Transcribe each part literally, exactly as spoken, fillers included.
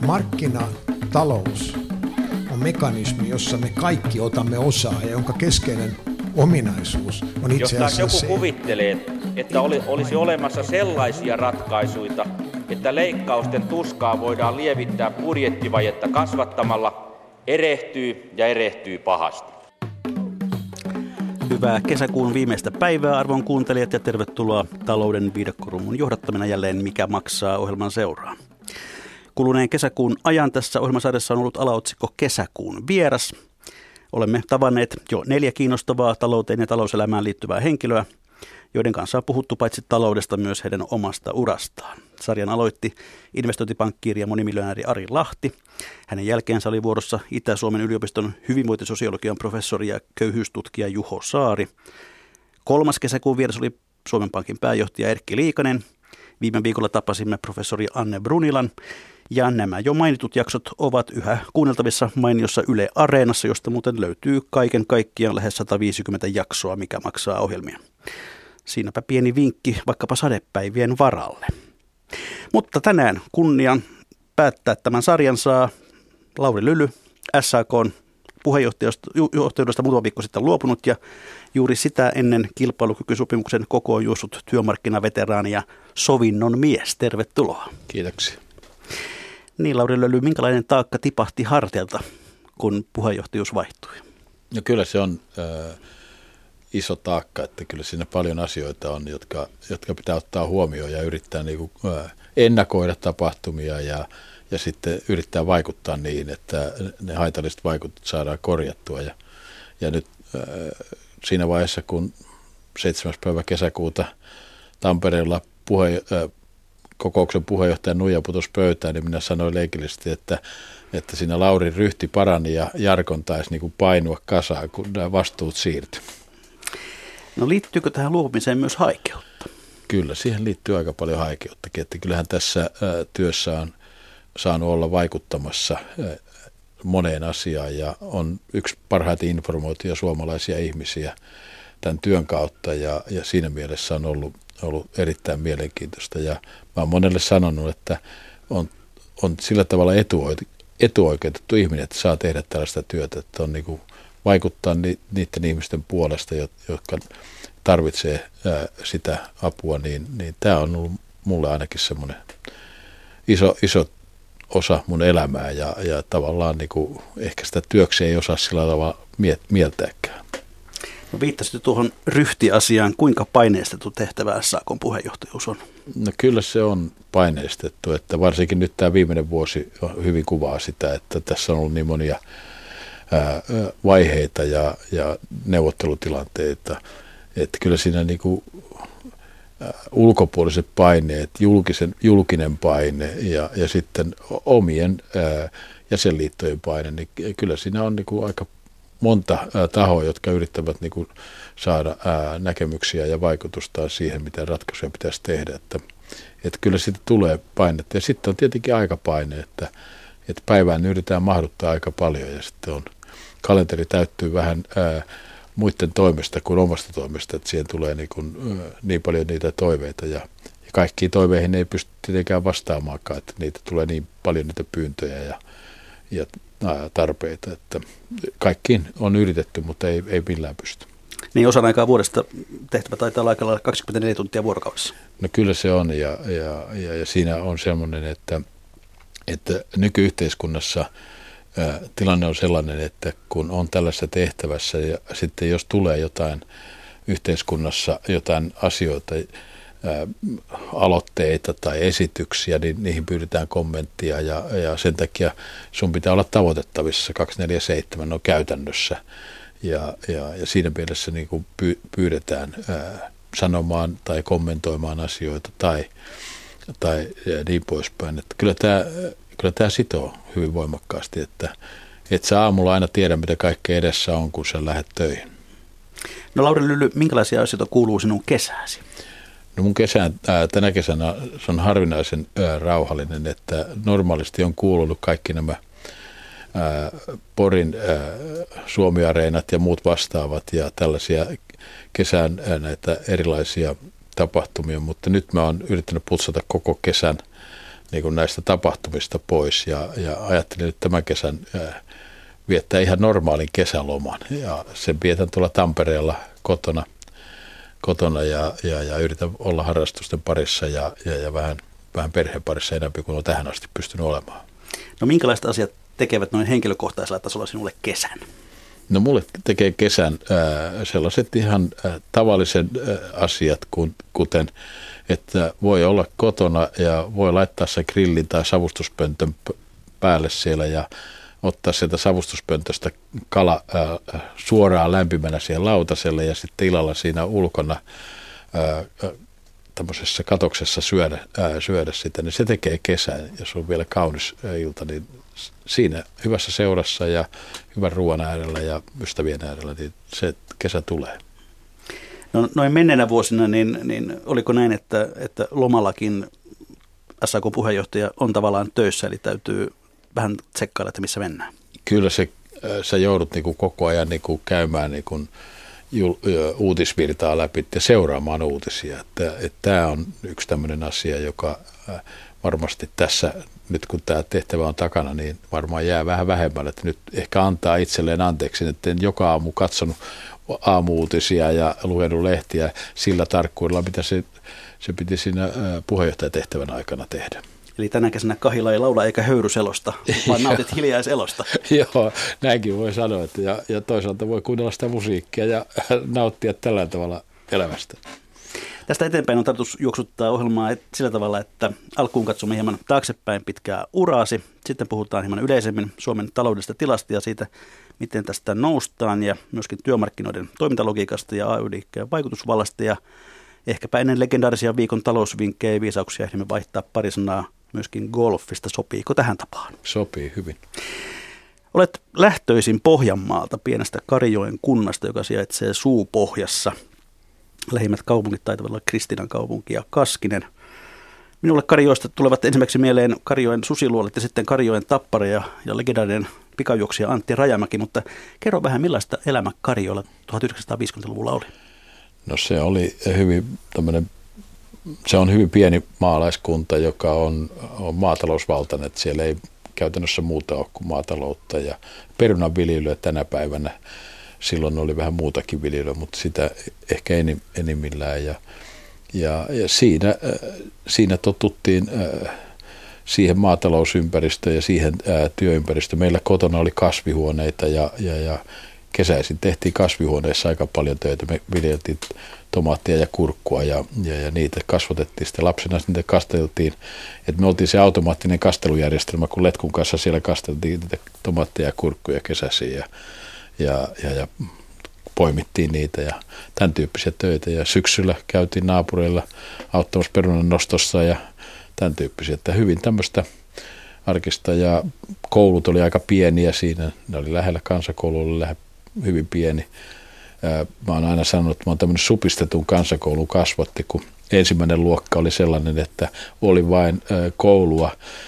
Markkinatalous on mekanismi, jossa me kaikki otamme osaa ja jonka keskeinen ominaisuus on itse asiassa Jos se. joku kuvittelee, että oli, olisi olemassa sellaisia ratkaisuja, että leikkausten tuskaa voidaan lievittää budjettivajetta kasvattamalla, erehtyy ja erehtyy pahasti. Hyvää kesäkuun viimeistä päivää, arvon kuuntelijat, ja tervetuloa Talouden viidakkorumun johdattamina jälleen Mikä maksaa -ohjelman seuraa. Kuluneen kesäkuun ajan tässä ohjelmasarjassa on ollut alaotsikko Kesäkuun vieras. Olemme tavanneet jo neljä kiinnostavaa talouteen ja talouselämään liittyvää henkilöä, joiden kanssa on puhuttu paitsi taloudesta myös heidän omasta urastaan. Sarjan aloitti investointipankkiiri ja monimiljonääri Ari Lahti. Hänen jälkeensä oli vuorossa Itä-Suomen yliopiston hyvinvointisosiologian professori ja köyhyystutkija Juho Saari. Kolmas kesäkuun vieras oli Suomen Pankin pääjohtaja Erkki Liikanen. Viime viikolla tapasimme professori Anne Brunilan. Ja nämä jo mainitut jaksot ovat yhä kuunneltavissa mainiossa Yle Areenassa, josta muuten löytyy kaiken kaikkiaan lähes sata viisikymmentä jaksoa, Mikä maksaa -ohjelmia. Siinäpä pieni vinkki vaikkapa sadepäivien varalle. Mutta tänään kunnian päättää tämän sarjan saa Lauri Lyly, S A K:n puheenjohtajuudesta muutama viikko sitten luopunut ja juuri sitä ennen kilpailukykysopimuksen kokoon juossut työmarkkinaveteraani ja sovinnon mies. Tervetuloa. Kiitoksia. Niin, Lauri Lyly, minkälainen taakka tipahti harteilta, kun puheenjohtajuus vaihtui? No kyllä se on äh, iso taakka, että kyllä siinä paljon asioita on, jotka, jotka pitää ottaa huomioon ja yrittää niin kuin, äh, ennakoida tapahtumia ja, ja sitten yrittää vaikuttaa niin, että ne haitalliset vaikutukset saadaan korjattua. Ja, ja nyt äh, siinä vaiheessa, kun seitsemäs päivä kesäkuuta Tampereella puhe, äh, kokouksen puheenjohtajan nuija putosi pöytään, niin minä sanoin leikillisesti, että, että siinä Laurin ryhti parani ja Jarkon taisi niin kuin painua kasaan, kun nämä vastuut siirtyi. No liittyykö tähän luopumiseen myös haikeutta? Kyllä, siihen liittyy aika paljon haikeuttakin, että kyllähän tässä ä, työssä on saanut olla vaikuttamassa ä, moneen asiaan ja on yksi parhaiten informoituja suomalaisia ihmisiä tämän työn kautta ja, ja siinä mielessä on ollut, ollut erittäin mielenkiintoista ja mä oon monelle sanonut, että on, on sillä tavalla etuoikeutettu, etuoikeutettu ihminen, että saa tehdä tällaista työtä, että on niin kuin vaikuttaa ni, niiden ihmisten puolesta, jotka tarvitsee ää, sitä apua, niin, niin tämä on ollut mulle ainakin semmoinen iso, iso osa mun elämää ja, ja tavallaan niin kuin ehkä sitä työkseen ei osaa sillä tavalla mieltääkään. No viittasit tuohon ryhtiasiaan. Kuinka paineistettu tehtävä S A K:n puheenjohtajuus on? No kyllä se on paineistettu, että varsinkin nyt tämä viimeinen vuosi hyvin kuvaa sitä, että tässä on ollut niin monia ää, vaiheita ja, ja neuvottelutilanteita, että kyllä siinä niin kuin, ää, ulkopuoliset paineet, julkisen, julkinen paine ja, ja sitten omien ää, jäsenliittojen paine, niin kyllä siinä on niin kuin aika monta ää, tahoa, jotka yrittävät niin kuin saada ää, näkemyksiä ja vaikutusta siihen, mitä ratkaisuja pitäisi tehdä. Että, että kyllä siitä tulee painetta. Ja sitten on tietenkin aikapaine, että, että päivään yritetään mahduttaa aika paljon ja sitten on kalenteri täyttyy vähän ää, muiden toimesta kuin omasta toimesta, että siihen tulee niin, kuin, ää, niin paljon niitä toiveita ja, ja kaikkiin toiveihin ei pysty tietenkään vastaamaankaan, että niitä tulee niin paljon niitä pyyntöjä ja, ja tarpeita, että kaikkiin on yritetty, mutta ei, ei millään pysty. Niin osan aikaa vuodesta tehtävä taitaa olla aika lailla kaksikymmentäneljä tuntia vuorokaudessa. No kyllä se on ja, ja, ja, ja siinä on semmoinen, että, että nykyyhteiskunnassa ää, tilanne on sellainen, että kun on tällaisessa tehtävässä ja sitten jos tulee jotain yhteiskunnassa, jotain asioita, ää, aloitteita tai esityksiä, niin niihin pyydetään kommenttia ja, ja sen takia sun pitää olla tavoitettavissa kaksikymmentäneljä seitsemän on käytännössä. Ja, ja, ja siinä mielessä niin kuin py, pyydetään ää, sanomaan tai kommentoimaan asioita tai, tai niin poispäin. Että kyllä tämä kyllä tämä sitoo hyvin voimakkaasti, että et sä aamulla aina tiedä, mitä kaikkea edessä on, kun sä lähdet töihin. No Lauri Lyly, minkälaisia asioita kuuluu sinun kesääsi? No mun kesän, ää, tänä kesänä se on harvinaisen ää, rauhallinen, että normaalisti on kuulunut kaikki nämä ää, Porin ää, Suomi-areenat ja muut vastaavat ja tällaisia kesän ää, näitä erilaisia tapahtumia, mutta nyt mä oon yrittänyt putsata koko kesän niin kuin näistä tapahtumista pois ja, ja ajattelin nyt tämän kesän ää, viettää ihan normaalin kesäloman ja sen vietän tuolla Tampereella kotona, kotona ja, ja, ja yritän olla harrastusten parissa ja, ja, ja vähän, vähän perheen parissa enemmän kuin olen tähän asti pystynyt olemaan. No minkälaiset asiat tekevät noin henkilökohtaisella tasolla sinulle kesän? No mulle tekee kesän ää, sellaiset ihan ää, tavalliset ää, asiat, kun, kuten että voi olla kotona ja voi laittaa se grillin tai savustuspöntön päälle siellä ja ottaa sieltä savustuspöntöstä kala ää, suoraan lämpimänä siihen lautaselle ja sitten illalla siinä ulkona ää, tämmöisessä katoksessa syödä, ää, syödä sitä, niin se tekee kesän. Jos on vielä kaunis ilta, niin siinä hyvässä seurassa ja hyvän ruoan äärellä ja ystävien äärellä, niin se kesä tulee. No noin menneenä vuosina, niin, niin oliko näin, että, että lomallakin S A K-puheenjohtaja on tavallaan töissä, eli täytyy vähän tsekkailla, että missä mennään? Kyllä se, sä joudut niin kuin koko ajan niin kuin käymään niin kuin uutisvirtaa läpi ja seuraamaan uutisia. Että, että tämä on yksi tämmöinen asia, joka varmasti tässä, nyt kun tämä tehtävä on takana, niin varmaan jää vähän vähemmälle. Että nyt ehkä antaa itselleen anteeksi, että en joka aamu katsonut aamu-uutisia ja lukenut lehtiä sillä tarkkuudella, mitä se, se piti siinä puheenjohtajatehtävän aikana tehdä. Eli tänä kesänä kahila ei laula eikä höyryselosta, vaan nautit hiljaiselosta. Joo, näinkin voi sanoa. Että ja, ja toisaalta voi kuunnella sitä musiikkia ja nauttia tällä tavalla elämästä. Tästä eteenpäin on tarkoitus juoksuttaa ohjelmaa sillä tavalla, että alkuun katsomme hieman taaksepäin pitkää uraasi. Sitten puhutaan hieman yleisemmin Suomen taloudellisesta tilasta ja siitä, miten tästä noustaan ja myöskin työmarkkinoiden toimintalogiikasta ja A Y-liikkeen vaikutusvallasta. Ja ehkäpä ennen legendaarisia viikon talousvinkkejä ja viisauksia ehdimme vaihtaa pari sanaa myöskin golfista. Sopiiko tähän tapaan? Sopii hyvin. Olet lähtöisin Pohjanmaalta, pienestä Karijoen kunnasta, joka sijaitsee Suupohjassa. Lähimmät kaupungit taitavat olla Kristiinan kaupunki ja Kaskinen. Minulle Karijoesta tulevat ensimmäiseksi mieleen Karijoen susiluolet ja sitten Karijoen tappara ja, ja legendaarinen pikajuoksija Antti Rajamäki, mutta kerro vähän, millaista elämä Karijoella tuhatyhdeksänsataaviisikymmentäluvulla oli? No se oli hyvin tämmöinen, se on hyvin pieni maalaiskunta, joka on, on maatalousvaltainen, että siellä ei käytännössä muuta ole kuin maataloutta ja perunanviljelyä tänä päivänä. Silloin oli vähän muutakin viljelyä, mutta sitä ehkä enim, enimmillään ja, ja, ja siinä, siinä totuttiin äh, siihen maatalousympäristöön ja siihen äh, työympäristöön. Meillä kotona oli kasvihuoneita ja, ja, ja kesäisin tehtiin kasvihuoneissa aika paljon töitä. Me viljeltiin tomaattia ja kurkkua ja, ja, ja niitä kasvatettiin. Sitten lapsena niitä kasteltiin. Et me oltiin se automaattinen kastelujärjestelmä, kun letkun kanssa siellä kasteltiin niitä tomaatteja ja kurkkuja kesäisin ja, ja, ja, ja poimittiin niitä ja tämän tyyppisiä töitä. Ja syksyllä käytiin naapureilla auttamassa perunan nostossa ja tämän tyyppisiä. Että hyvin tämmöistä arkista ja koulut oli aika pieniä siinä. Ne oli lähellä kansakoulu, oli lähellä hyvin pieni. Mä oon aina sanonut, että mä oon tämmöinen supistetun kansakoulun kasvatti, kun ensimmäinen luokka oli sellainen, että oli vain koulua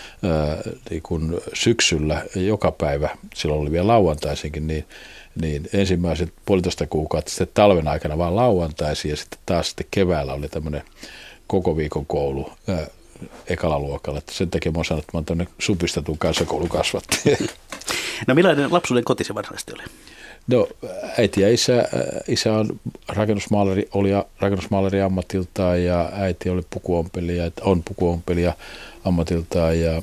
niin kun syksyllä joka päivä, silloin oli vielä lauantaisinkin, niin, niin ensimmäiset puolitoista kuukautta sitten talven aikana vaan lauantaisin ja sitten taas sitten keväällä oli tämmöinen koko viikon koulu ekalla luokalla. Että sen takia mä oon sanonut, että mä oon tämmöinen supistetun kansakoulun kasvatti. No millainen lapsuuden kotisi varsinaisesti oli? No äiti ja isä, isä on rakennusmaalari, oli rakennusmaalari ammatiltaan ja äiti oli pukuompelija, on pukuompelija ammatiltaan ja,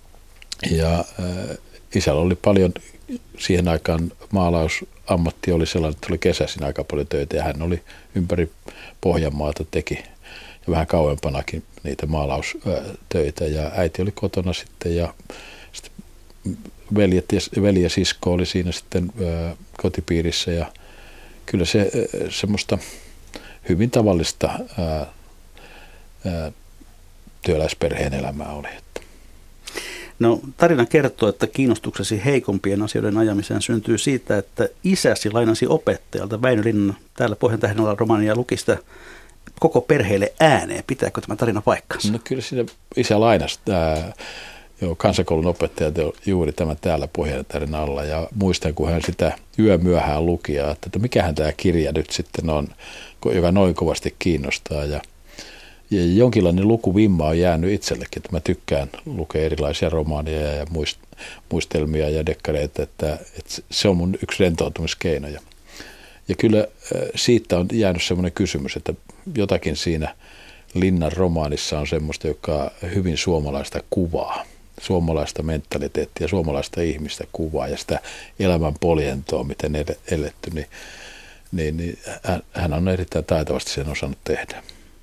ja äh, isällä oli paljon siihen aikaan maalausammatti oli sellainen, että oli kesäisin aika paljon töitä ja hän oli ympäri Pohjanmaata teki ja vähän kauempanakin niitä maalaustöitä ja äiti oli kotona sitten ja sitten veljet ja, veli ja sisko oli siinä sitten ää, kotipiirissä ja kyllä se ää, semmoista hyvin tavallista ää, ää, työläisperheen elämää oli. Että. No tarina kertoo, että kiinnostuksesi heikompien asioiden ajamiseen syntyy siitä, että isäsi lainasi opettajalta Väinö Linnan täällä Pohjantähdellä romaania luki sitä koko perheelle ääneen. Pitääkö tämä tarina paikkansa? No kyllä siinä isä lainasi ää, Joo, kansakoulun opettajat juuri tämä täällä Pohjantähden alla ja muistan, kun hän sitä yömyöhään luki, että mikähän tämä kirja nyt sitten on, joka noin kovasti kiinnostaa ja, ja jonkinlainen lukuvimma on jäänyt itsellekin, että mä tykkään lukea erilaisia romaaneja ja muist, muistelmia ja dekkareita, että, että se on mun yksi rentoutumiskeino. Ja, ja kyllä siitä on jäänyt semmoinen kysymys, että jotakin siinä Linnan romaanissa on semmoista, joka hyvin suomalaista kuvaa, suomalaista mentaliteettia, suomalaista ihmistä kuvaa ja sitä elämän poljentoa, miten eletty, niin, niin, niin hän on erittäin taitavasti sen osannut tehdä.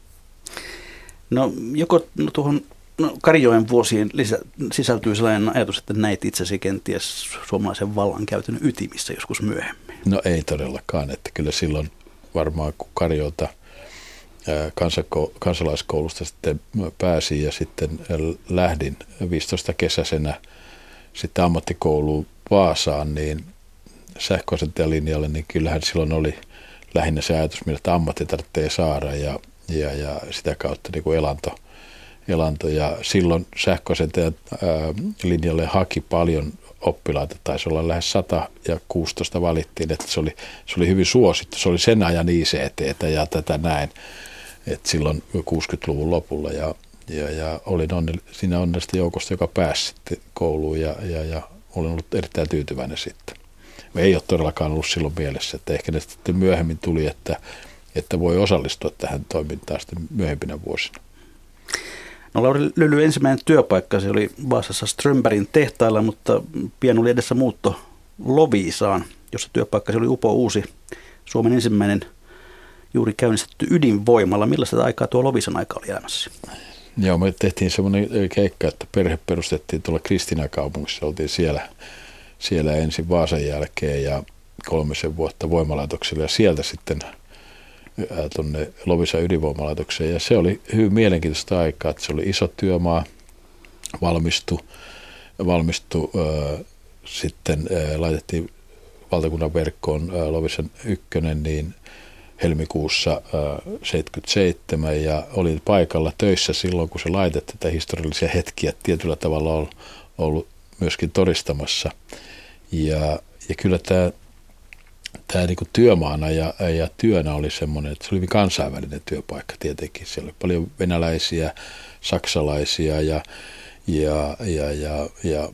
No joko no, tuohon no, Karijoen vuosiin lisä, sisältyy sellainen ajatus, että näit itsesi kenties suomalaisen vallankäytön ytimissä joskus myöhemmin? No ei todellakaan, että kyllä silloin varmaan kun Karijoelta kansalaiskoulusta sitten pääsin ja sitten lähdin viisitoista kesäisenä sitten ammattikouluun Vaasaan, niin sähköasentajalinjalle, niin kyllähän silloin oli lähinnä se ajatus, että ammatti tarvitsee saada ja, ja, ja sitä kautta niin kuin elanto, elanto. Ja silloin sähköasentajan linjalle haki paljon oppilaita, taisi olla lähes sata ja kuusitoista valittiin, että se oli, se oli hyvin suosittu. Se oli sen ajan I C T:tä ja tätä näin, että silloin kuusikymmentäluvun lopulla ja, ja, ja olin onnell, siinä onnellista joukosta, joka pääsi sitten kouluun ja, ja, ja olen ollut erittäin tyytyväinen sitten. Ei ole todellakaan ollut silloin mielessä, että ehkä ne sitten myöhemmin tuli, että, että voi osallistua tähän toimintaan sitten myöhempinä vuosina. No Lauri Lyly, ensimmäinen työpaikka, se oli Vaasassa Strömbergin tehtailla, mutta pian oli edessä muutto Loviisaan, jossa työpaikka oli upo uusi Suomen ensimmäinen juuri käynnistetty ydinvoimalla. Millaista aikaa tuo Loviisan aika oli elämässä? Joo, me tehtiin semmoinen keikka, että perhe perustettiin tuolla Kristiinakaupungissa, oltiin siellä, siellä ensin Vaasan jälkeen ja kolmisen vuotta voimalaitoksilla ja sieltä sitten tuonne Loviisan ydinvoimalaitokseen. Ja se oli hyvin mielenkiintoista aikaa, että se oli iso työmaa, valmistui, valmistui äh, sitten äh, laitettiin valtakunnan verkkoon äh, Loviisan ykkönen niin helmikuussa äh, seitsemänkymmentäseitsemän ja olin paikalla töissä silloin, kun se laitettiin tätä historiallisia hetkiä tietyllä tavalla on ollut myöskin todistamassa. Ja, ja kyllä tämä Tämä niin kuin työmaana ja, ja työnä oli semmoinen, että se oli hyvin kansainvälinen työpaikka tietenkin. Siellä oli paljon venäläisiä, saksalaisia ja, ja, ja, ja, ja,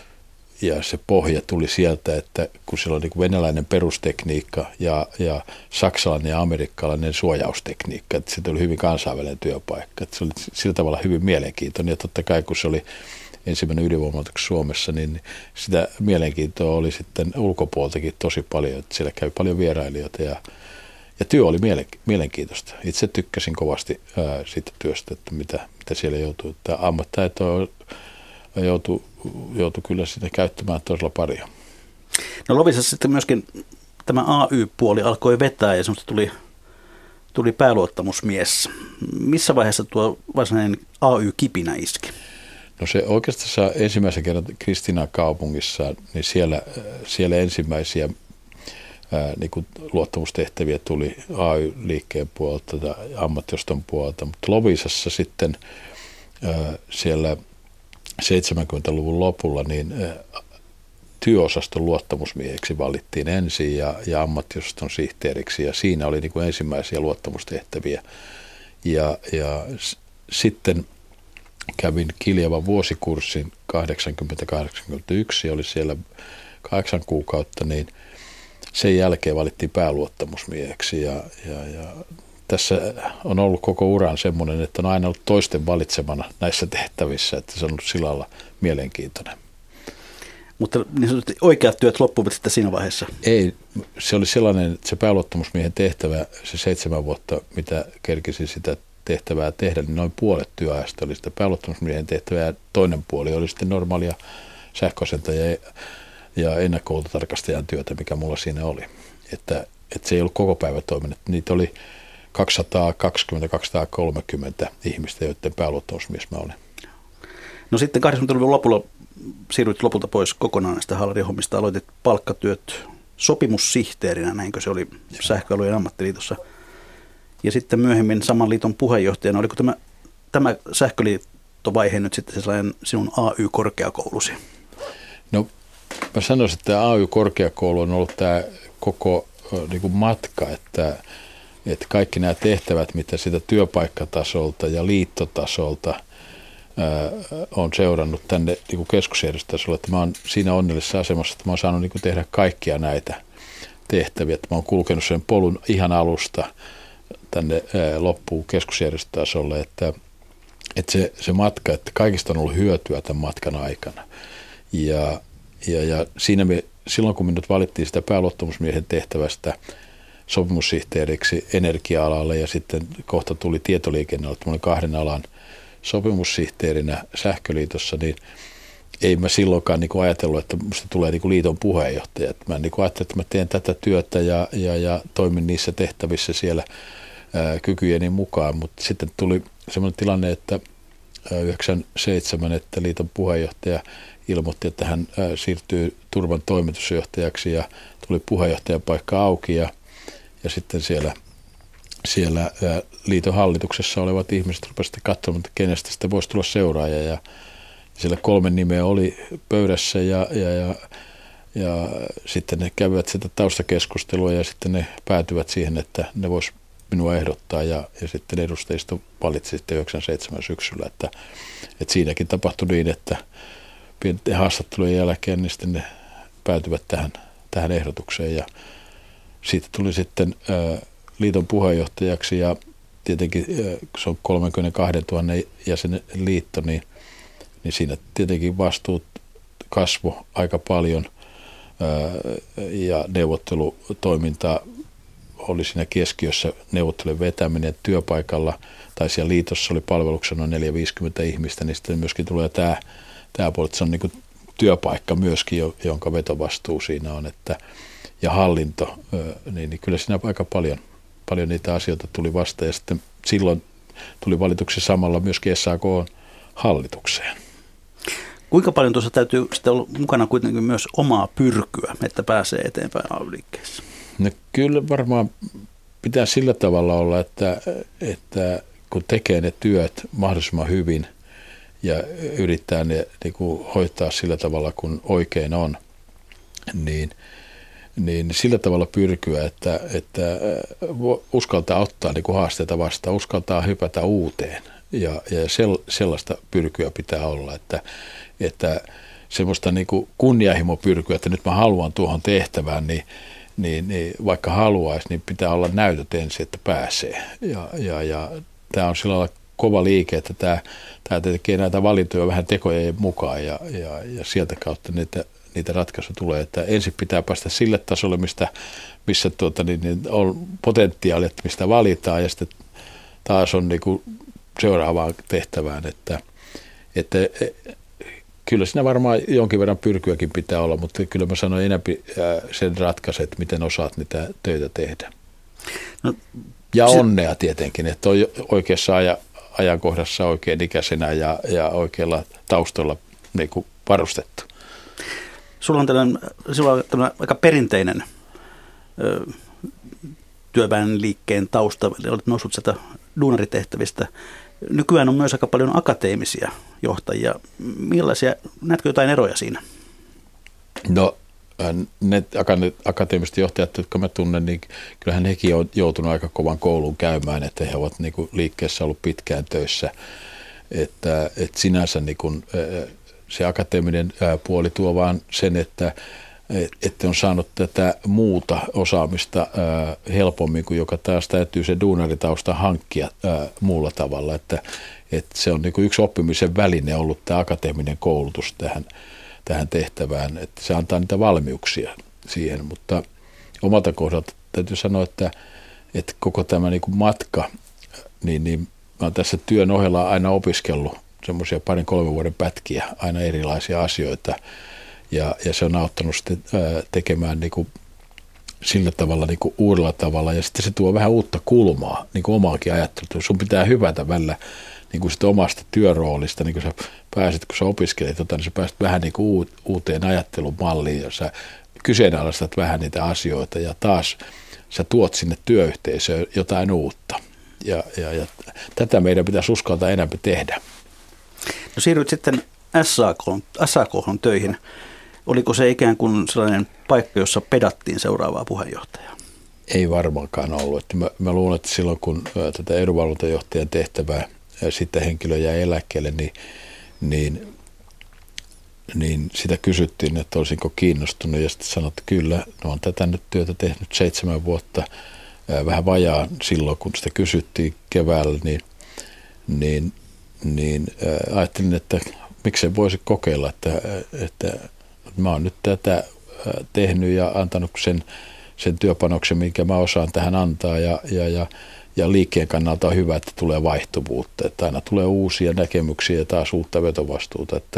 ja se pohja tuli sieltä, että kun siellä oli niin kuin venäläinen perustekniikka ja, ja saksalainen ja amerikkalainen suojaustekniikka, että se oli hyvin kansainvälinen työpaikka. Että se oli sillä tavalla hyvin mielenkiintoinen ja totta kai kun se oli ensimmäinen ydinvoimalaitos Suomessa, niin sitä mielenkiintoa oli sitten ulkopuoltakin tosi paljon, että siellä kävi paljon vierailijoita ja, ja työ oli mielenkiintoista. Itse tykkäsin kovasti ää, siitä työstä, että mitä, mitä siellä joutui. Ammattitaitoa joutui, joutui kyllä sitä käyttämään todella paljon. No Loviisassa sitten myöskin tämä A Y-puoli alkoi vetää ja semmoista tuli, tuli pääluottamusmies. Missä vaiheessa tuo varsinainen A Y-kipinä iski? No se oikeastaan ensimmäisen kerran Kristiinan kaupungissa, niin siellä, siellä ensimmäisiä ää, niin kuin luottamustehtäviä tuli A Y-liikkeen puolelta tai ammattioston puolelta, mutta Loviisassa sitten ää, siellä seitsemänkymmentäluvun lopulla niin ää, työosaston luottamusmieheksi valittiin ensin ja, ja ammattiosaston sihteeriksi ja siinä oli niin kuin ensimmäisiä luottamustehtäviä ja, ja s- sitten kävin Kiljavan vuosikurssin kahdeksankymmentä kahdeksankymmentäyksi ja oli siellä kahdeksan kuukautta, niin sen jälkeen valittiin pääluottamusmieheksi ja, ja, ja tässä on ollut koko uran semmoinen, että on aina ollut toisten valitsemana näissä tehtävissä, että se on ollut sillä lailla mielenkiintoinen. Mutta niin sanotusti oikeat työt loppuivat sitten siinä vaiheessa? Ei, se oli sellainen, että se pääluottamusmiehen tehtävä, se seitsemän vuotta, mitä kerkisin sitä tehtävää tehdä, niin noin puolet työajasta oli sitä pääluottamusmiehen tehtävää ja toinen puoli oli sitten normaalia sähköasentaja ja ennakkotarkastajan työtä, mikä mulla siinä oli. Että, että se ei ollut koko päivä toiminut. Niitä oli kaksisataakaksikymmentä kaksisataakolmekymmentä ihmistä, joiden pääluottamusmies mä olin. No sitten kahdeksankymmentäluvun lopulla siirryit lopulta pois kokonaan näistä haalarihommista, aloitit palkkatyöt sopimussihteerinä, näinkö se oli Sähköalueen ammattiliitossa. Ja sitten myöhemmin saman liiton puheenjohtajana, oliko tämä, tämä sähköliittovaihe nyt sitten sellainen sinun A Y-korkeakoulusi? No mä sanoisin, että A Y-korkeakoulu on ollut tämä koko niin kuin matka, että että kaikki nämä tehtävät, mitä sitä työpaikkatasolta ja liittotasolta ää, on seurannut tänne niin kuin keskusjärjestötasolla, että mä oon siinä onnellisessa asemassa, että mä oon saanut niin kuin tehdä kaikkia näitä tehtäviä. Että mä oon kulkenut sen polun ihan alusta tänne ää, loppuun keskusjärjestötasolle, että, että se, se matka, että kaikista on ollut hyötyä tämän matkan aikana. Ja, ja, ja siinä me, silloin kun minut valittiin sitä pääluottamusmiehen tehtävästä sopimussihteeriksi energia-alalle ja sitten kohta tuli tietoliikennealalle, että mä olin kahden alan sopimussihteerinä Sähköliitossa, niin ei mä silloinkaan niin kuin ajatellut, että musta tulee niin kuin liiton puheenjohtaja. Että mä niin kuin ajattelin, että mä teen tätä työtä ja, ja, ja toimin niissä tehtävissä siellä ää, kykyjeni mukaan, mutta sitten tuli semmoinen tilanne, että yhdeksänkymmentäseitsemän, että liiton puheenjohtaja ilmoitti, että hän ää, siirtyy Turvan toimitusjohtajaksi ja tuli puheenjohtajan paikka auki ja, ja sitten siellä, siellä ää, liiton hallituksessa olevat ihmiset rupesivat katsomaan, että kenestä sitä voisi tulla seuraaja ja siellä kolme nimeä oli pöydässä ja, ja, ja, ja sitten ne kävivät sitä taustakeskustelua ja sitten ne päätyvät siihen, että ne vois minua ehdottaa ja, ja sitten edustajisto valitsi sitten yhdeksänkymmentäseitsemän syksyllä, että, että siinäkin tapahtui niin, että pienten haastattelujen jälkeen niin sitten ne päätyvät tähän, tähän ehdotukseen ja siitä tuli sitten ää, liiton puheenjohtajaksi ja tietenkin ää, kun se on kolmekymmentäkaksituhatta jäsenen liitto, niin niin siinä tietenkin vastuut kasvoi aika paljon ja neuvottelutoiminta oli siinä keskiössä, neuvottelujen vetäminen työpaikalla, tai siellä liitossa oli palveluksena noin neljäkymmentä viisikymmentä ihmistä, niin sitten myöskin tulee tämä, tämä puoli, että se on niin kuin työpaikka myöskin, jonka vetovastuu siinä on, että, ja hallinto, niin, niin kyllä siinä aika paljon, paljon niitä asioita tuli vastaan, ja sitten silloin tuli valituksi samalla myöskin S A K-hallitukseen. Kuinka paljon tuossa täytyy sitten olla mukana kuitenkin myös omaa pyrkyä, että pääsee eteenpäin A Y-liikkeessä? No kyllä varmaan pitää sillä tavalla olla, että, että kun tekee ne työt mahdollisimman hyvin ja yrittää ne niin kuin hoitaa sillä tavalla, kun oikein on, niin, niin sillä tavalla pyrkyä, että, että uskaltaa ottaa niin kuin haasteita vastaan, uskaltaa hypätä uuteen. Ja, ja sellaista pyrkyä pitää olla, että, että semmoista niin kuin kunnianhimopyrkyä, että nyt mä haluan tuohon tehtävään, niin, niin, niin vaikka haluaisi, niin pitää olla näytöt ensin, että pääsee. Ja, ja, ja tämä on sillä lailla kova liike, että tämä, tämä tekee näitä valintoja vähän tekojen mukaan ja, ja, ja sieltä kautta niitä, niitä ratkaisuja tulee, että ensin pitää päästä sille tasolle, mistä, missä tuota, niin, niin on potentiaali, että mistä valitaan ja sitten taas on niin kuin seuraavaan tehtävään, että, että kyllä siinä varmaan jonkin verran pyrkyäkin pitää olla, mutta kyllä mä sanoin enemmän sen ratkaiset, miten osaat niitä töitä tehdä. No, ja se, onnea tietenkin, että on oikeassa aja, ajankohdassa oikein ikäisenä ja, ja oikealla taustalla niin kuin varustettu. Sulla on tällainen, sulla on tällainen aika perinteinen ö, työväenliikkeen tausta, olet noussut sieltä duunaritehtävistä. Nykyään on myös aika paljon akateemisia johtajia. Millaisia, näetkö jotain eroja siinä? No ne akateemiset johtajat, jotka mä tunnen, niin kyllähän hekin on joutunut aika kovan koulun käymään, että he ovat niin kuin liikkeessä ollut pitkään töissä. Että, että sinänsä niin kuin, se akateeminen puoli tuo vaan sen, että että on saanut tätä muuta osaamista ää, helpommin, kuin joka taas täytyy se duunaritausta hankkia ää, muulla tavalla. Että, että se on niin kuin yksi oppimisen väline ollut tämä akateeminen koulutus tähän, tähän tehtävään, että se antaa niitä valmiuksia siihen. Mutta omalta kohdalta täytyy sanoa, että, että koko tämä niin kuin matka, niin, niin mä oon tässä työn ohella aina opiskellut semmoisia parin kolmen vuoden pätkiä, aina erilaisia asioita. Ja, ja se on auttanut sitten ää, tekemään niin kuin sillä tavalla niin kuin uudella tavalla. Ja sitten se tuo vähän uutta kulmaa, niin kuin omaakin ajattelua. Sun pitää hyvätä välillä niin kuin sitä omasta työroolista. Niin kuin sä pääset, kun sä opiskelet jotain, niin sä pääset vähän niin kuin uuteen ajattelun malliin. Ja sä kyseenalaistat vähän niitä asioita. Ja taas sä tuot sinne työyhteisöön jotain uutta. Ja, ja, ja tätä meidän pitäisi uskaltaa enemmän tehdä. No siirryt sitten S A K:hon töihin. Oliko se ikään kuin sellainen paikka, jossa pedattiin seuraavaa puheenjohtajaa? Ei varmaankaan ollut. Että mä, mä luulen, että silloin kun ää, tätä edunvalvontajohtajan tehtävää ää, sitten henkilö jäi eläkkeelle, niin, niin, niin sitä kysyttiin, että olisinko kiinnostunut. Ja sitten sanoi, että kyllä, no on tätä nyt työtä tehnyt seitsemän vuotta, ää, vähän vajaa silloin, kun sitä kysyttiin keväällä, niin, niin, niin ää, ajattelin, että miksei voisi kokeilla, että, että mä oon nyt tätä tehnyt ja antanut sen, sen työpanoksen, minkä mä osaan tähän antaa ja, ja, ja, ja liikkeen kannalta on hyvä, että tulee vaihtuvuutta, että aina tulee uusia näkemyksiä ja taas uutta vetovastuuta, että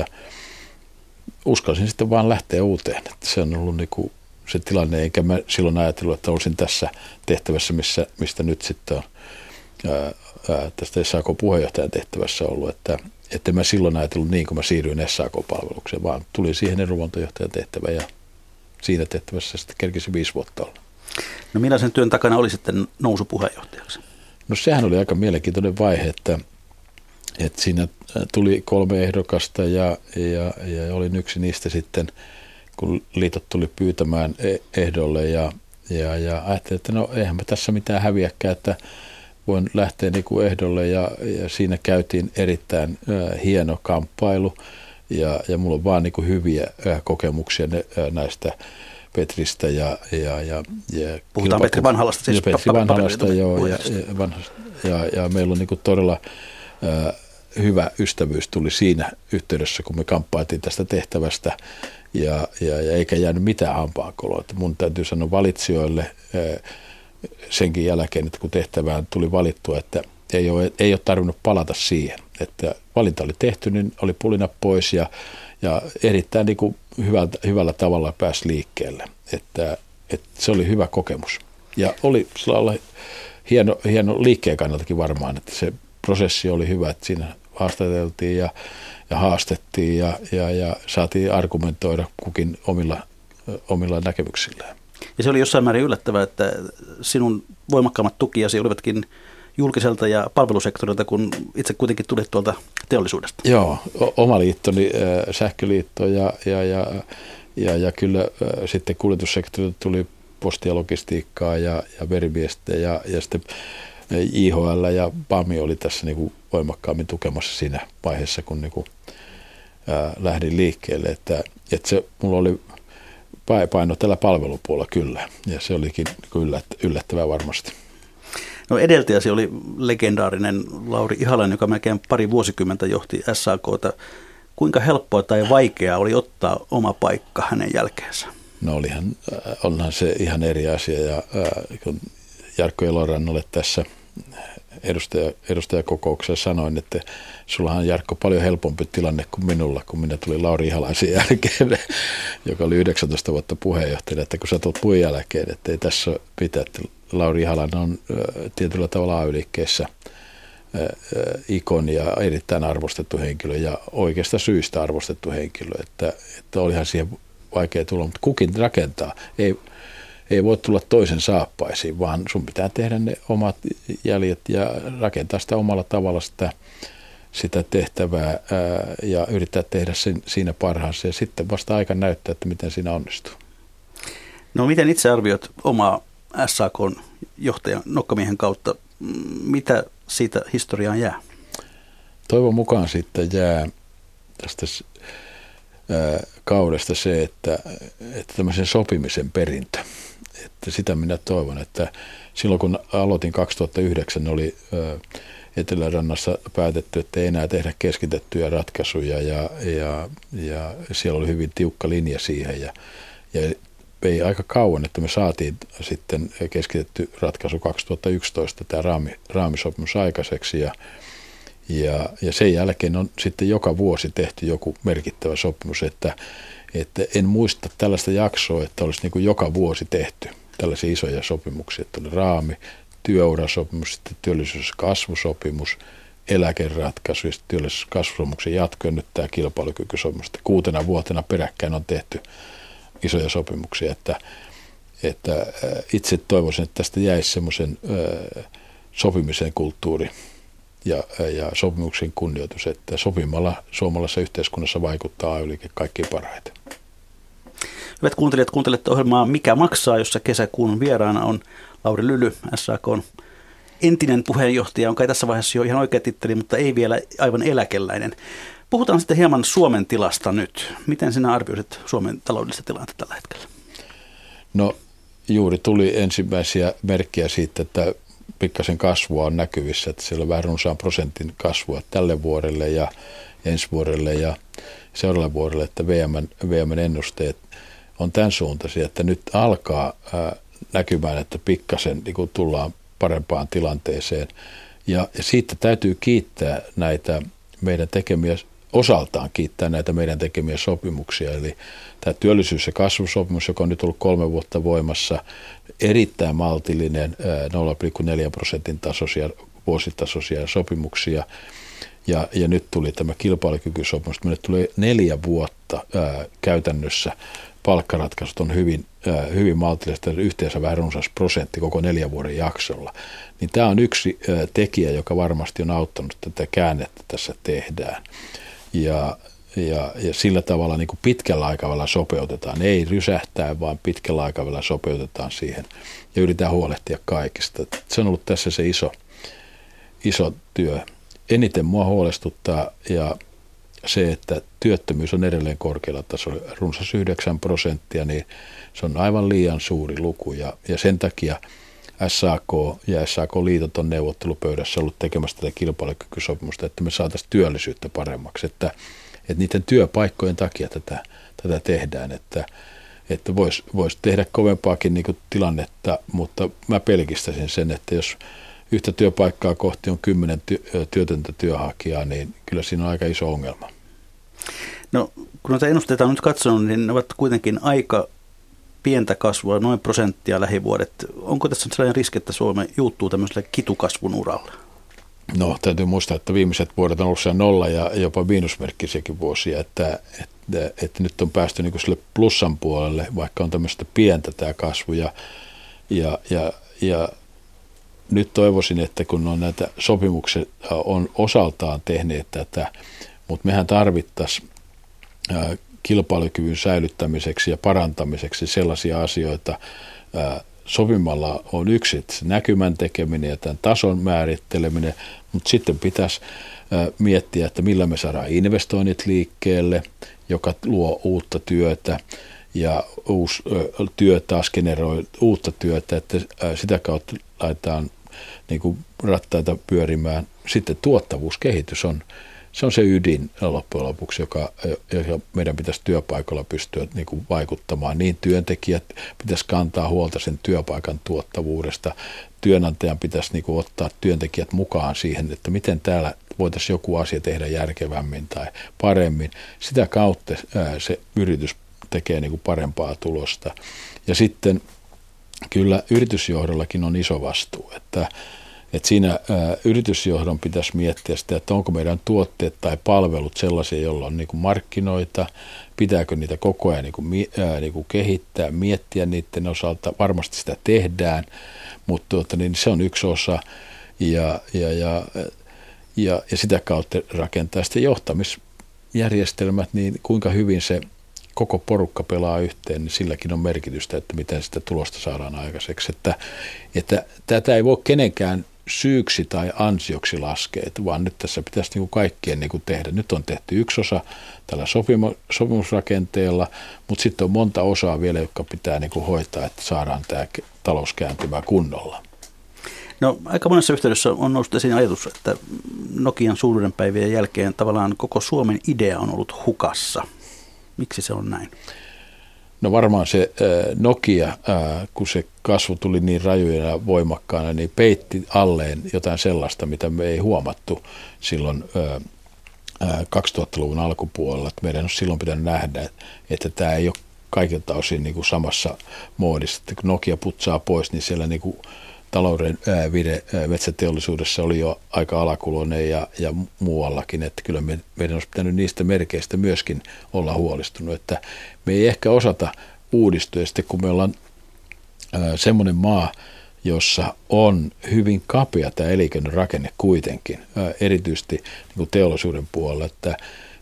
uskalsin sitten vaan lähteä uuteen, että se on ollut niin kuin se tilanne, eikä mä silloin ajatellut, että olisin tässä tehtävässä, missä, mistä nyt sitten on ää, ää, tästä S A K-puheenjohtajan tehtävässä ollut, että että mä silloin ajatellut niin, kun mä siirryin S A K-palvelukseen, vaan tuli siihen edunvalvontajohtajan tehtävä ja siinä tehtävässä sitten kerkisi viisi vuotta olla. No millaisen työn takana oli sitten nousu puheenjohtajaksi? No sehän oli aika mielenkiintoinen vaihe, että, että siinä tuli kolme ehdokasta ja, ja, ja olin yksi niistä sitten, kun liitot tuli pyytämään ehdolle ja, ja, ja ajattelin, että no eihän mä tässä mitään häviäkään, että voin lähteä niin kuin ehdolle ja, ja siinä käytiin erittäin äh, hieno kamppailu ja, ja mulla on vaan niin kuin hyviä äh, kokemuksia ne, äh, näistä Petristä ja... ja, ja, ja puhutaan Petri Vanhalasta siis. Petri Vanhalasta, joo, ja, ja, vanhasta, ja, ja meillä on niin kuin todella äh, hyvä ystävyys tuli siinä yhteydessä, kun me kamppailtiin tästä tehtävästä ja, ja, ja eikä jäänyt mitään hampaankoloa. Mun täytyy sanoa valitsijoille äh, senkin jälkeen, että kun tehtävään tuli valittua, että ei ole, ei ole tarvinnut palata siihen. Että valinta oli tehty, niin oli pulina pois ja, ja erittäin niin kuin hyvällä, hyvällä tavalla pääsi liikkeelle. Että, että se oli hyvä kokemus. Ja oli sillä lailla hieno, hieno liikkeen kannaltakin varmaan, että se prosessi oli hyvä, että siinä haastateltiin ja, ja haastettiin ja, ja, ja saatiin argumentoida kukin omilla, omilla näkemyksillään. Ja se oli jossain määrin yllättävää, että sinun voimakkaammat tukijasi olivatkin julkiselta ja palvelusektorilta, kun itse kuitenkin tulit tuolta teollisuudesta. Joo, oma liittoni, äh, sähköliitto ja, ja, ja, ja, ja kyllä äh, sitten kuljetussektorilta tuli postia, logistiikkaa ja, ja verimiestä ja, ja sitten I H L ja P A M I oli tässä niin kuin voimakkaammin tukemassa siinä vaiheessa, kun niin kuin, äh, lähdin liikkeelle. Että, että se mulla oli paino tällä palvelupuolella kyllä, ja se olikin yllättävää varmasti. No edeltäjäsi oli legendaarinen Lauri Ihalainen, joka melkein pari vuosikymmentä johti S A K:ta. Kuinka helppoa tai vaikeaa oli ottaa oma paikka hänen jälkeensä? No olihan, onhan se ihan eri asia, ja äh, kun Jarkko Elorannalle tässä edustaja, edustajakokouksessa sanoin, että sullahan on, Jarkko, paljon helpompi tilanne kuin minulla, kun minä tulin Lauri Ihalaisen jälkeen, joka oli yhdeksäntoista vuotta puheenjohtajana, että kun sä tulet puun jälkeen, että ei tässä ole pitää, että Lauri Ihalainen on äh, tietyllä tavalla A Y-liikkeessä äh, ikoni ja erittäin arvostettu henkilö ja oikeasta syystä arvostettu henkilö, että, että olihan siihen vaikea tulla, mutta kukin rakentaa, ei Ei voi tulla toisen saappaisiin, vaan sun pitää tehdä ne omat jäljet ja rakentaa sitä omalla tavalla sitä, sitä tehtävää ää, ja yrittää tehdä sen, siinä parhaansa. Ja sitten vasta aika näyttää, että miten siinä onnistuu. No miten itse arvioit omaa S A K:n johtajan nokkamiehen kautta? Mitä siitä historiaan jää? Toivon mukaan sitten jää tästä ää, kaudesta se, että, että tämmöisen sopimisen perintö. Että sitä minä toivon, että silloin kun aloitin kaksituhattayhdeksän oli ä, Etelärannassa päätetty, että ei enää tehdä keskitettyjä ratkaisuja ja, ja, ja siellä oli hyvin tiukka linja siihen ja, ja ei aika kauan, että me saatiin sitten keskitetty ratkaisu kaksituhattayksitoista tämä raami, raamisopimus aikaiseksi ja, ja, ja sen jälkeen on sitten joka vuosi tehty joku merkittävä sopimus, että Että en muista tällaista jaksoa, että olisi niin kuin joka vuosi tehty tällaisia isoja sopimuksia, että oli raami, työurasopimus, sitten työllisyys- ja kasvusopimus, eläkeratkaisu ja sitten työllisyys- ja kasvusopimuksen jatko ja nyt tämä kilpailukykysopimus. Kuutena vuotena peräkkäin on tehty isoja sopimuksia, että, että itse toivoisin, että tästä jäisi semmoisen sopimisen kulttuuri ja, ja sopimuksen kunnioitus, että sopimalla suomalaisessa yhteiskunnassa vaikuttaa A Y-liike kaikkein parhaiten. Hyvät kuuntelijat, kuuntelette ohjelmaa Mikä maksaa, jossa kesäkuun vieraana on Lauri Lyly, S A K:n entinen puheenjohtaja, jonka ei tässä vaiheessa jo ihan oikea titteli, mutta ei vielä aivan eläkeläinen. Puhutaan sitten hieman Suomen tilasta nyt. Miten sinä arvioisit Suomen taloudellista tilannetta tällä hetkellä? No juuri tuli ensimmäisiä merkkejä siitä, että pikkasen kasvua on näkyvissä, että siellä on vähän runsaan prosentin kasvua tälle vuodelle ja ensi vuodelle ja seuraavalle vuodelle, että V M:n, V M:n ennusteet on tämän suuntaisia, että nyt alkaa ää, näkymään, että pikkasen niin kuin tullaan parempaan tilanteeseen ja, ja siitä täytyy kiittää näitä meidän tekemiä, osaltaan kiittää näitä meidän tekemiä sopimuksia, eli tämä työllisyys- ja kasvusopimus, joka on nyt ollut kolme vuotta voimassa, erittäin maltillinen nolla pilkku neljä prosentin tasoisia, vuositasoisia sopimuksia, ja, ja nyt tuli tämä kilpailukykysopimus, meille tuli neljä vuotta ää, käytännössä, palkkaratkaisut on hyvin, ää, hyvin maltillista, yhteensä vähän runsas prosentti koko neljän vuoden jaksolla, niin tämä on yksi ää, tekijä, joka varmasti on auttanut, että tätä käännettä tässä tehdään. Ja, ja, ja sillä tavalla niin kuin pitkällä aikavälillä sopeutetaan, ei rysähtää, vaan pitkällä aikavälillä sopeutetaan siihen ja yritetään huolehtia kaikista. Se on ollut tässä se iso, iso työ. Eniten mua huolestuttaa ja se, että työttömyys on edelleen korkealla tasolla, runsas yhdeksän prosenttia, niin se on aivan liian suuri luku ja, ja sen takia S A K ja S A K-liitot on neuvottelupöydässä ollut tekemässä tätä kilpailukykysopimusta, että me saataisiin työllisyyttä paremmaksi, että, että niiden työpaikkojen takia tätä, tätä tehdään, että, että voisi vois tehdä kovempaakin niin kuin tilannetta, mutta mä pelkistäisin sen, että jos yhtä työpaikkaa kohti on kymmenen ty- työtöntä työhakijaa, niin kyllä siinä on aika iso ongelma. No kun näitä ennusteita on nyt katsonut, niin ne ovat kuitenkin aika pientä kasvua, noin prosenttia lähivuodet. Onko tässä sellainen riski, että Suomi juuttuu tämmöiselle kitukasvun uralle? No täytyy muistaa, että viimeiset vuodet on ollut siellä nolla ja jopa miinusmerkkisiäkin vuosia, että, että, että nyt on päästy niin kuin sille plussan puolelle, vaikka on tämmöistä pientä tämä kasvu ja, ja, ja, ja nyt toivoisin, että kun on näitä sopimuksia on osaltaan tehneet tätä, mutta mehän tarvittaisiin kilpailukyvyn säilyttämiseksi ja parantamiseksi sellaisia asioita ää, sopimalla on yksi näkymän tekeminen ja tämän tason määritteleminen, mutta sitten pitäisi ää, miettiä, että millä me saadaan investoinnit liikkeelle, joka luo uutta työtä ja uusi ää, työ taas generoi uutta työtä, että ää, sitä kautta laitetaan niin kuin rattaita pyörimään. Sitten tuottavuuskehitys on Se on se ydin loppujen lopuksi, joka, joka meidän pitäisi työpaikalla pystyä niin kuin vaikuttamaan. Niin työntekijät pitäisi kantaa huolta sen työpaikan tuottavuudesta. Työnantajan pitäisi niin kuin ottaa työntekijät mukaan siihen, että miten täällä voitaisiin joku asia tehdä järkevämmin tai paremmin. Sitä kautta se yritys tekee niin kuin parempaa tulosta. Ja sitten kyllä yritysjohdollakin on iso vastuu, että Että siinä ä, yritysjohdon pitäisi miettiä sitä, että onko meidän tuotteet tai palvelut sellaisia, joilla on niin kuin markkinoita, pitääkö niitä koko ajan niin kuin, ä, niin kuin kehittää, miettiä niiden osalta, varmasti sitä tehdään, mutta tuota, niin se on yksi osa ja, ja, ja, ja, ja sitä kautta rakentaa sitten johtamisjärjestelmät, niin kuinka hyvin se koko porukka pelaa yhteen, niin silläkin on merkitystä, että miten sitä tulosta saadaan aikaiseksi. Että, että tätä ei voi kenenkään syyksi tai ansioksi laskea, vaan nyt tässä pitäisi niin kuin kaikkien niin kuin tehdä. Nyt on tehty yksi osa tällä sopimu- sopimusrakenteella, mutta sitten on monta osaa vielä, jotka pitää niin kuin hoitaa, että saadaan tämä talous kääntymään kunnolla. No aika monessa yhteydessä on noussut esiin ajatus, että Nokian suuruudenpäivien jälkeen tavallaan koko Suomen idea on ollut hukassa. Miksi se on näin? No varmaan se Nokia, kun se kasvu tuli niin rajuina ja voimakkaana, niin peitti alleen jotain sellaista, mitä me ei huomattu silloin kaksituhattaluvun alkupuolella. Meidän on silloin pitänyt nähdä, että tämä ei ole kaikilta osin niin kuin samassa moodissa. Että kun Nokia putsaa pois, niin siellä niin kuin talouden vire metsäteollisuudessa oli jo aika alakuloinen ja, ja muuallakin, että kyllä me, meidän olisi pitänyt niistä merkeistä myöskin olla huolestunut, että me ei ehkä osata uudistua, ja sitten kun me ollaan ää, semmoinen maa, jossa on hyvin kapea tämä elinkeinorakenne kuitenkin, ää, erityisesti niin kuin teollisuuden puolella, että,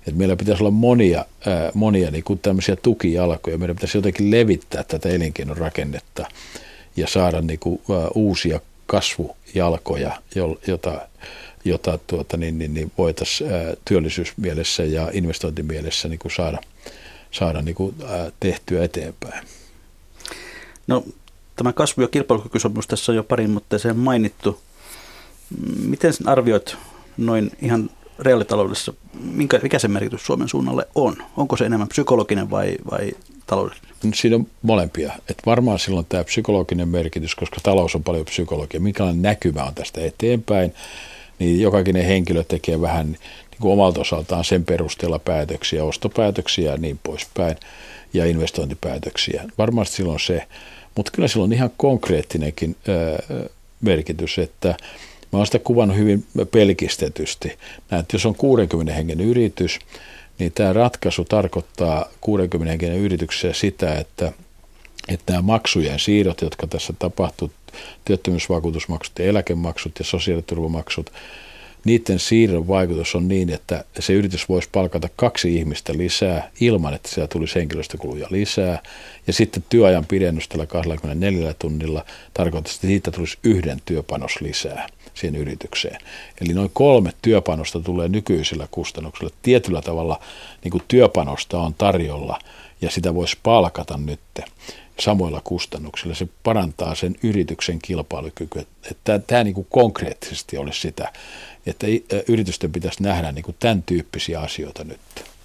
että meillä pitäisi olla monia, ää, monia niin kuin tämmöisiä tukijalkoja. Meidän pitäisi jotenkin levittää tätä elinkeinon rakennetta ja saada niin kuin, ää, uusia kasvujalkoja, jota, jota tuota, niin, niin, niin voitaisiin ää, työllisyysmielessä ja investointimielessä niin kuin saada, saada niin kuin, ää, tehtyä eteenpäin. No, tämä kasvu- ja kilpailukykysopimus tässä on jo parin otteeseen mainittu. Miten sen arvioit noin ihan reaalitaloudessa, minkä, mikä sen merkitys Suomen suunnalle on? Onko se enemmän psykologinen vai, vai taloudellinen? Siinä on molempia. Et varmaan silloin tämä psykologinen merkitys, koska talous on paljon psykologia. Minkälainen näkymä on tästä eteenpäin, niin jokainen henkilö tekee vähän niin kuin omalta osaltaan sen perusteella päätöksiä, ostopäätöksiä ja niin poispäin, ja investointipäätöksiä. Varmasti silloin se, mutta kyllä silloin ihan konkreettinenkin ää, merkitys, että mä oon sitä kuvannut hyvin pelkistetysti. Näet, jos on kuudenkymmenen hengen yritys, niin tämä ratkaisu tarkoittaa kuudenkymmenen hengen yrityksessä sitä, että, että nämä maksujen siirrot, jotka tässä tapahtuu, työttömyysvakuutusmaksut ja eläkemaksut ja sosiaaliturvamaksut, niiden siirron vaikutus on niin, että se yritys voisi palkata kaksi ihmistä lisää ilman, että siellä tulisi henkilöstökuluja lisää. Ja sitten työajan pidennys tällä kaksikymmentäneljä tunnilla tarkoittaa, että siitä tulisi yhden työpanos lisää siihen yritykseen. Eli noin kolme työpanosta tulee nykyisillä kustannuksilla. Tietyllä tavalla niin kuin työpanosta on tarjolla ja sitä voisi palkata nyt samoilla kustannuksilla. Se parantaa sen yrityksen kilpailukykyä. Tämä, tämä niin kuin konkreettisesti olisi sitä, että yritysten pitäisi nähdä niin kuin tämän tyyppisiä asioita nyt.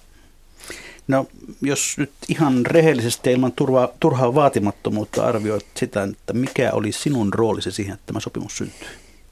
No, jos nyt ihan rehellisesti ja ilman turvaa, turhaa vaatimattomuutta arvioit sitä, että mikä oli sinun roolisi siihen, että tämä sopimus syntyy?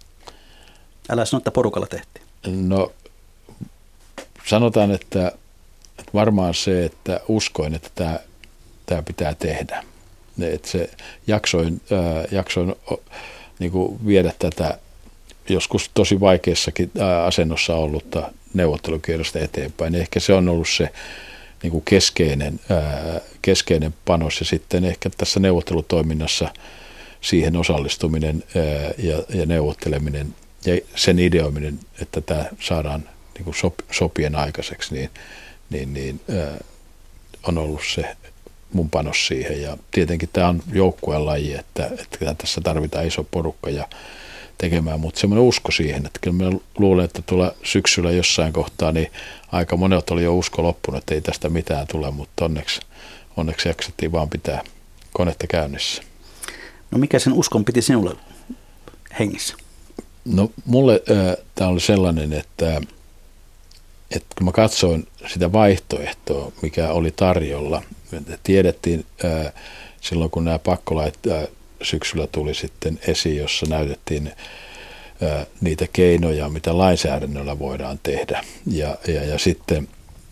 Älä sano, että porukalla tehtiin. No, sanotaan, että, että varmaan se, että uskoin, että tämä, tämä pitää tehdä. Että se jaksoin, ää, jaksoin niin kuin viedä tätä joskus tosi vaikeassakin ää, asennossa ollutta neuvottelukierrosta eteenpäin. Ehkä se on ollut se niin kuin keskeinen, ää, keskeinen panos ja sitten ehkä tässä neuvottelutoiminnassa siihen osallistuminen ää, ja, ja neuvotteleminen ja sen ideoiminen, että tämä saadaan niin kuin sop, sopien aikaiseksi, niin, niin, niin ää, on ollut se mun panos siihen. Ja tietenkin tämä on joukkueen laji, että, että tässä tarvitaan iso porukka ja tekemään, mutta semmoinen usko siihen, että kyllä mä luulen, että tuolla syksyllä jossain kohtaa, niin aika monet oli jo usko loppunut, että ei tästä mitään tule, mutta onneksi, onneksi jaksettiin vaan pitää konetta käynnissä. No mikä sen uskon piti sinulle hengissä? No mulle äh, tämä oli sellainen, että, että kun mä katsoin sitä vaihtoehtoa, mikä oli tarjolla, tiedettiin äh, silloin, kun nämä pakkolait äh, syksyllä tuli sitten esiin, jossa näytettiin ää, niitä keinoja, mitä lainsäädännöllä voidaan tehdä. Ja, ja, ja sitten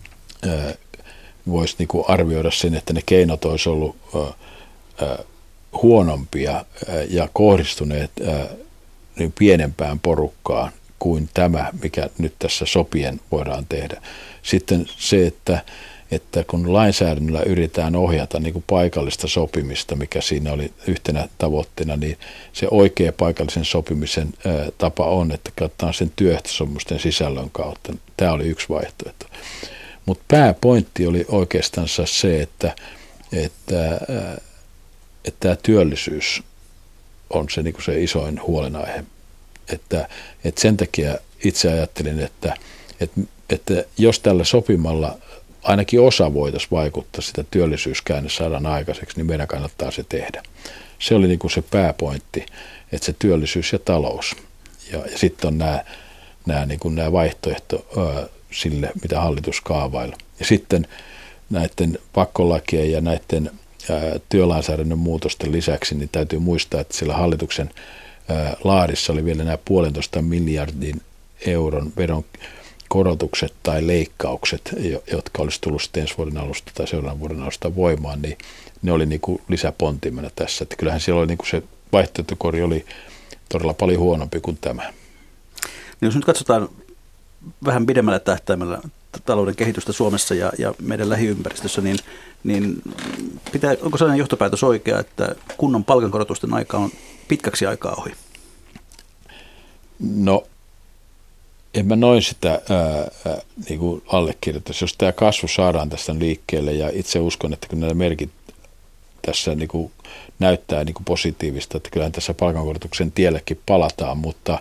voisi niinku arvioida sen, että ne keinot olisi ollut ää, ää, huonompia ää, ja kohdistuneet ää, niin pienempään porukkaan kuin tämä, mikä nyt tässä sopien voidaan tehdä. Sitten se, että että kun lainsäädännöllä yritetään ohjata niin kuin paikallista sopimista, mikä siinä oli yhtenä tavoitteena, niin se oikea paikallisen sopimisen ää, tapa on, että katsotaan sen työehtosopimusten sisällön kautta. Tämä oli yksi vaihtoehto. Mutta pääpointti oli oikeastaan se, että, että, ää, että tämä työllisyys on se, niin kuin se isoin huolenaihe. Että, että sen takia itse ajattelin, että, että, että jos tällä sopimalla ainakin osa voitaisiin vaikuttaa, sitä työllisyyskäänne saadaan aikaiseksi, niin meidän kannattaa se tehdä. Se oli niin kuin se pääpointti, että se työllisyys ja talous. Ja, ja sitten on nämä, nämä, niin kuin nämä vaihtoehto ää, sille, mitä hallitus kaavaili. Ja sitten näiden pakkolakien ja näiden ää, työlainsäädännön muutosten lisäksi, niin täytyy muistaa, että sillä hallituksen ää, laadissa oli vielä nämä puolentoista miljardin euron veron korotukset tai leikkaukset, jotka olisi tullut sitten ensi vuoden alusta tai seuraavan vuoden alusta voimaan, niin ne oli niin kuin lisäpontimena tässä. Että kyllähän siellä oli niin kuin se vaihtoehtokori oli todella paljon huonompi kuin tämä. Niin jos nyt katsotaan vähän pidemmällä tähtäimellä talouden kehitystä Suomessa ja, ja meidän lähiympäristössä, niin, niin pitää, onko sellainen johtopäätös oikea, että kunnon palkankorotusten aika on pitkäksi aikaa ohi? No, En mä noin sitä ää, ää, niin kuin allekirjoittaisi. Jos tämä kasvu saadaan tästä liikkeelle, ja itse uskon, että kun nämä merkit tässä niin kuin näyttää niin kuin positiivista, että kyllähän tässä palkankorotuksen tiellekin palataan, mutta,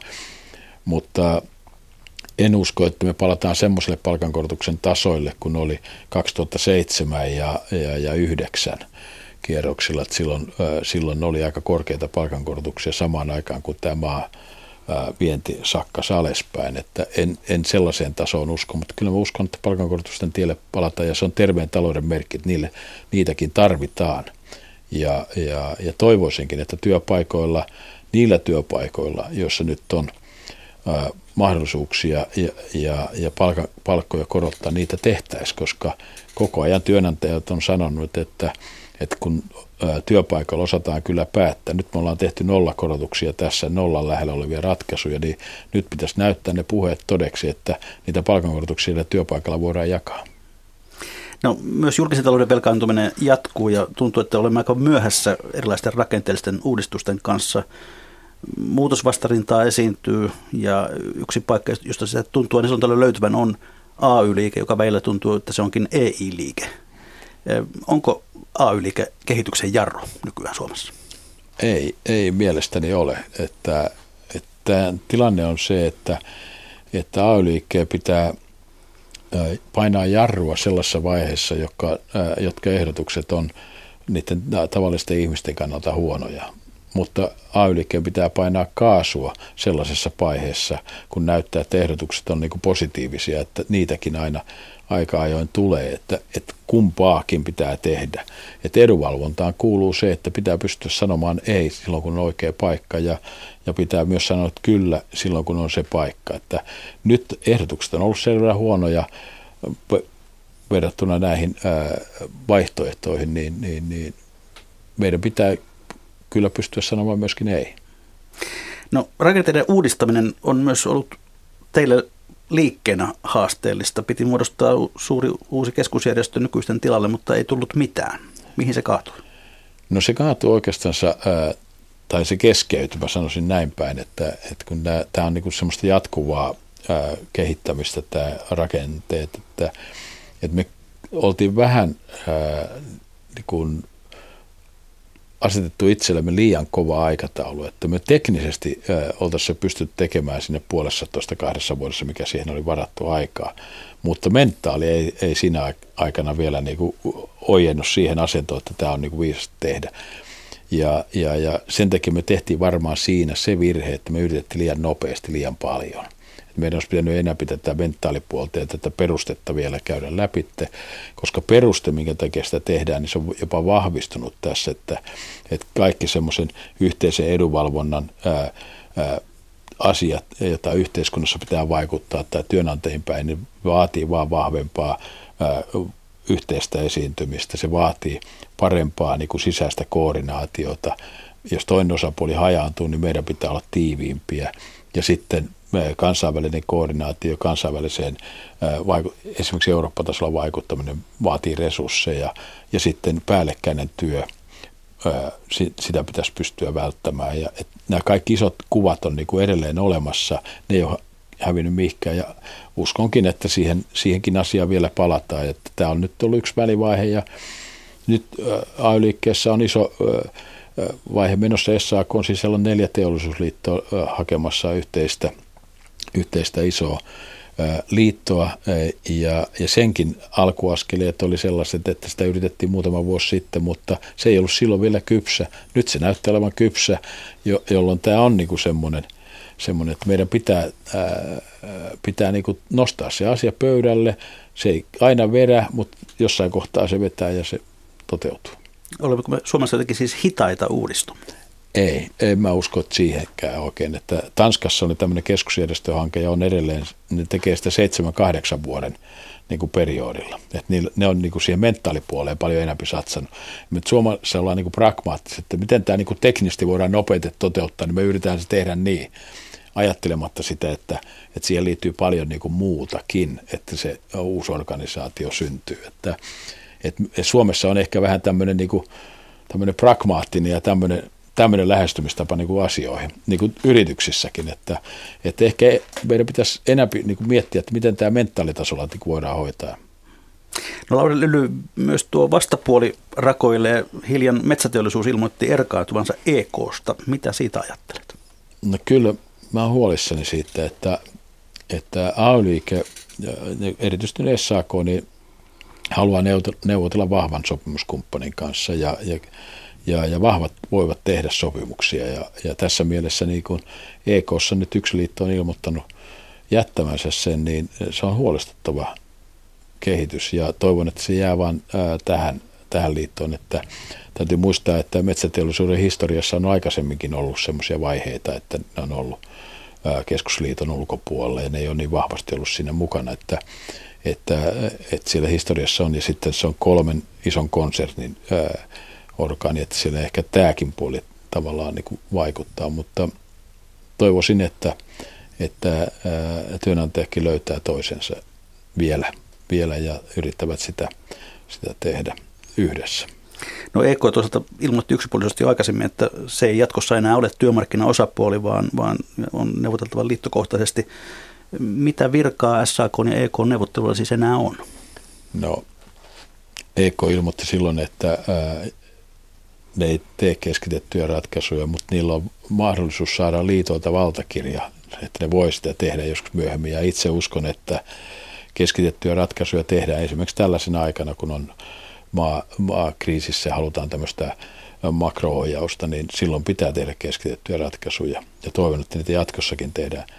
mutta en usko, että me palataan semmoiselle palkankorotuksen tasoille, kun oli kaksituhattaseitsemän ja, ja, ja yhdeksän kierroksilla. Että silloin, silloin oli aika korkeita palkankorotuksia samaan aikaan, kun tämä maa vienti sakkas alaspäin. Että en, en sellaiseen tasoon usko, mutta kyllä mä uskon, että palkankorotusten tielle palataan, ja se on terveen talouden merkki, että niille, niitäkin tarvitaan. Ja, ja, ja toivoisinkin, että työpaikoilla, niillä työpaikoilla, joissa nyt on ää, mahdollisuuksia ja, ja, ja palka, palkkoja korottaa, niitä tehtäisiin, koska koko ajan työnantajat on sanonut, että, että kun ää, työpaikalla osataan kyllä päättää, nyt me ollaan tehty nollakorotuksia tässä, nollan lähellä olevia ratkaisuja, niin nyt pitäisi näyttää ne puheet todeksi, että niitä palkankorotuksia työpaikalla voidaan jakaa. No, myös julkisen talouden velkaantuminen jatkuu ja tuntuu, että olemme aika myöhässä erilaisten rakenteellisten uudistusten kanssa. Muutosvastarintaa esiintyy ja yksi paikka, josta se tuntuu, niin silloin tällöin löytyvän on A Y-liike, joka meillä tuntuu, että se onkin E I-liike. Onko A Y-liike kehityksen jarru nykyään Suomessa? Ei, ei mielestäni ole. Että, että tilanne on se, että, että A Y-liikkeen pitää painaa jarrua sellaisessa vaiheessa, jotka, jotka ehdotukset on niiden tavallisten ihmisten kannalta huonoja. Mutta A Y-liikkeen pitää painaa kaasua sellaisessa vaiheessa, kun näyttää, että ehdotukset on niin kuin positiivisia, että niitäkin aina aika ajoin tulee, että, että kumpaakin pitää tehdä. Että edunvalvontaan kuuluu se, että pitää pystyä sanomaan ei silloin, kun on oikea paikka, ja, ja pitää myös sanoa, että kyllä silloin, kun on se paikka. Että nyt ehdotukset on ollut selvä huonoja verrattuna näihin ää, vaihtoehtoihin, niin, niin, niin meidän pitää kyllä pystyä sanomaan myöskin ei. No, rakenteiden uudistaminen on myös ollut teille liikkeenä haasteellista. Piti muodostaa suuri uusi keskusjärjestö nykyisten tilalle, mutta ei tullut mitään. Mihin se kaatui? No se kaatui oikeastaan, ää, tai se keskeytyi, mä sanoisin näin päin, että, että kun tämä on niinku semmoista jatkuvaa ää, kehittämistä, tämä rakenteet, että, että me oltiin vähän ää, niin asetettu itsellemme liian kova aikataulu, että me teknisesti äh, oltaisiin pystytty tekemään sinne puolessa toista kahdessa vuodessa, mikä siihen oli varattu aikaa, mutta mentaali ei, ei siinä aikana vielä niinku ojennut siihen asentoon, että tämä on niinku viisasta tehdä. Ja, ja, ja sen takia me tehtiin varmaan siinä se virhe, että me yritettiin liian nopeasti liian paljon. Meidän olisi pitänyt enää pitää tätä mentaalipuolta ja tätä perustetta vielä käydä läpi, koska peruste, minkä takia sitä tehdään, niin se on jopa vahvistunut tässä, että, että kaikki semmoisen yhteisen edunvalvonnan ää, ää, asiat, joita yhteiskunnassa pitää vaikuttaa tai työnantajiin päin, niin vaatii vaan vahvempaa ää, yhteistä esiintymistä. Se vaatii parempaa niin kuin sisäistä koordinaatiota. Jos toinen osapuoli hajaantuu, niin meidän pitää olla tiiviimpiä. Ja sitten kansainvälinen koordinaatio, kansainväliseen esimerkiksi Eurooppa-tasolla vaikuttaminen vaatii resursseja, ja sitten päällekkäinen työ, sitä pitäisi pystyä välttämään. Ja nämä kaikki isot kuvat on niin kuin edelleen olemassa, ne ei ole hävinnyt mihinkään, ja uskonkin, että siihen, siihenkin asiaan vielä palataan. Että tämä on nyt ollut yksi välivaihe, ja nyt A Y-liikkeessä on iso vaihe menossa. S A K on sisällä neljä teollisuusliittoa hakemassa yhteistä, yhteistä isoa liittoa, ja, ja senkin alkuaskeleet oli sellaiset, että sitä yritettiin muutama vuosi sitten, mutta se ei ollut silloin vielä kypsä. Nyt se näyttää olevan kypsä, jo, jolloin tämä on niinku semmoinen, semmoinen, että meidän pitää, ää, pitää niinku nostaa se asia pöydälle. Se ei aina vedä, mutta jossain kohtaa se vetää ja se toteutuu. Olemmeko me Suomessa jotenkin siis hitaita uudistumaan? Ei, en mä usko siihenkään oikein. Että Tanskassa oli tämmöinen keskusjärjestöhanke ja on edelleen, ne tekee sitä seitsemän kahdeksan vuoden niin kuin periodilla. Että ne on niin kuin siihen mentaalipuoleen paljon enemmän satsannut. Mutta Suomessa ollaan niin kuin pragmaattisesti, että miten tämä niin kuin teknisesti voidaan nopeasti toteuttaa, niin me yritetään se tehdä niin, ajattelematta sitä, että, että siihen liittyy paljon niin kuin muutakin, että se uusi organisaatio syntyy. Että, että Suomessa on ehkä vähän tämmöinen, niin kuin, tämmöinen pragmaattinen ja tämmöinen tämmöinen lähestymistapa niin kuin asioihin, niin kuin yrityksissäkin, että, että ehkä meidän pitäisi enää niin kuin miettiä, että miten tämä mentaalitasolla niin kuin voidaan hoitaa. No Lauri Lyly, myös tuo vastapuoli rakoilee. Hiljan Metsäteollisuus ilmoitti erkaantuvansa E K:sta. Mitä siitä ajattelet? No kyllä mä oon huolissani siitä, että, että A Y-liike, erityisesti S A K, niin haluaa neuvotella vahvan sopimuskumppanin kanssa ja, ja, ja, ja vahvat voivat tehdä sopimuksia. Ja, ja tässä mielessä niin kun E K:ssa nyt yksi liitto on ilmoittanut jättämänsä sen, niin se on huolestuttava kehitys ja toivon, että se jää vaan ää, tähän, tähän liittoon, että täytyy muistaa, että metsäteollisuuden historiassa on aikaisemminkin ollut sellaisia vaiheita, että ne on ollut ää, keskusliiton ulkopuolella ja ne ei ole niin vahvasti ollut siinä mukana, että, että, että siellä historiassa on ja sitten se on kolmen ison konsernin ää, orgaani, että siellä ehkä tämäkin puoli tavallaan niin kuin vaikuttaa, mutta toivoisin, että, että ää, työnantajakin löytää toisensa vielä. vielä ja yrittävät sitä, sitä tehdä yhdessä. No E K toisaalta ilmoitti yksipuolisesti jo aikaisemmin, että se ei jatkossa enää ole työmarkkinaosapuoli, vaan, vaan on neuvoteltava liittokohtaisesti. Mitä virkaa S A K ja E K neuvotteluilla siis enää on? No E K ilmoitti silloin, että ää, ne ei tee keskitettyjä ratkaisuja, mutta niillä on mahdollisuus saada liitolta valtakirja, että ne voi sitä tehdä joskus myöhemmin. Ja itse uskon, että keskitettyjä ratkaisuja tehdään esimerkiksi tällaisena aikana, kun on maa, maakriisissä ja halutaan tämmöistä makro-ohjausta, niin silloin pitää tehdä keskitettyjä ratkaisuja. Ja toivon, että niitä jatkossakin tehdään.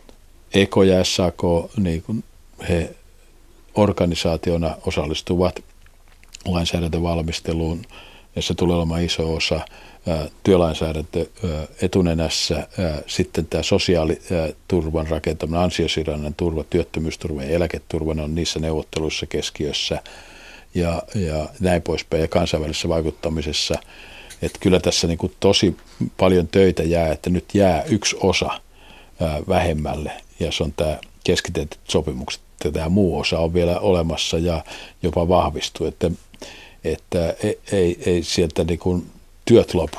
E K ja S A K, niin kun he organisaationa osallistuvat lainsäädäntövalmisteluun, jossa tulee olemaan iso osa työlainsäädäntö etunenässä, sitten tämä sosiaaliturvan rakentaminen, ansiosidonnainen turva, työttömyysturva ja eläketurva on niissä neuvotteluissa keskiössä ja, ja näin poispäin ja kansainvälisessä vaikuttamisessa. Että kyllä tässä niin kuin tosi paljon töitä jää, että nyt jää yksi osa vähemmälle ja se on tämä keskitetyt sopimukset ja tämä muu osa on vielä olemassa ja jopa vahvistuu, että, että ei, ei, ei sieltä niin kuin työt lopu.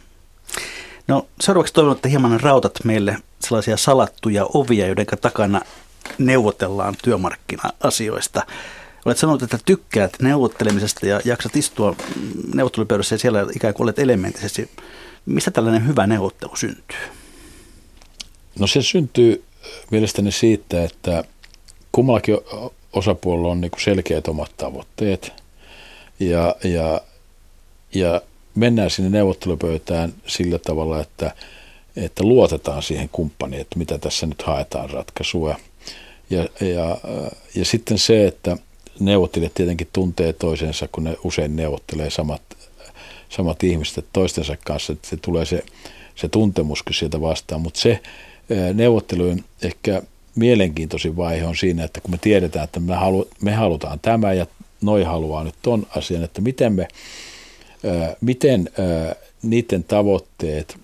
No seuraavaksi toivon, että hieman rautat meille sellaisia salattuja ovia, joiden takana neuvotellaan työmarkkina-asioista. Olet sanonut, että tykkäät neuvottelemisesta ja jaksat istua neuvottelupöydässä ja siellä ikään kuin olet elementisesti. Mistä tällainen hyvä neuvottelu syntyy? No se syntyy mielestäni siitä, että kummallakin osapuolella on niin kuin selkeät omat tavoitteet ja, ja, ja mennään sinne neuvottelupöytään sillä tavalla, että, että luotetaan siihen kumppaniin, että mitä tässä nyt haetaan ratkaisua. Ja, ja, ja sitten se, että neuvottelijat tietenkin tuntee toisensa, kun ne usein neuvottelee samat, samat ihmiset toistensa kanssa, että se tulee se, se tuntemuskin sieltä vastaan. Mutta se neuvottelujen ehkä mielenkiintoisin vaihe on siinä, että kun me tiedetään, että me, halu, me halutaan tämä ja noi haluaa nyt ton asian, että miten me Miten niiden tavoitteet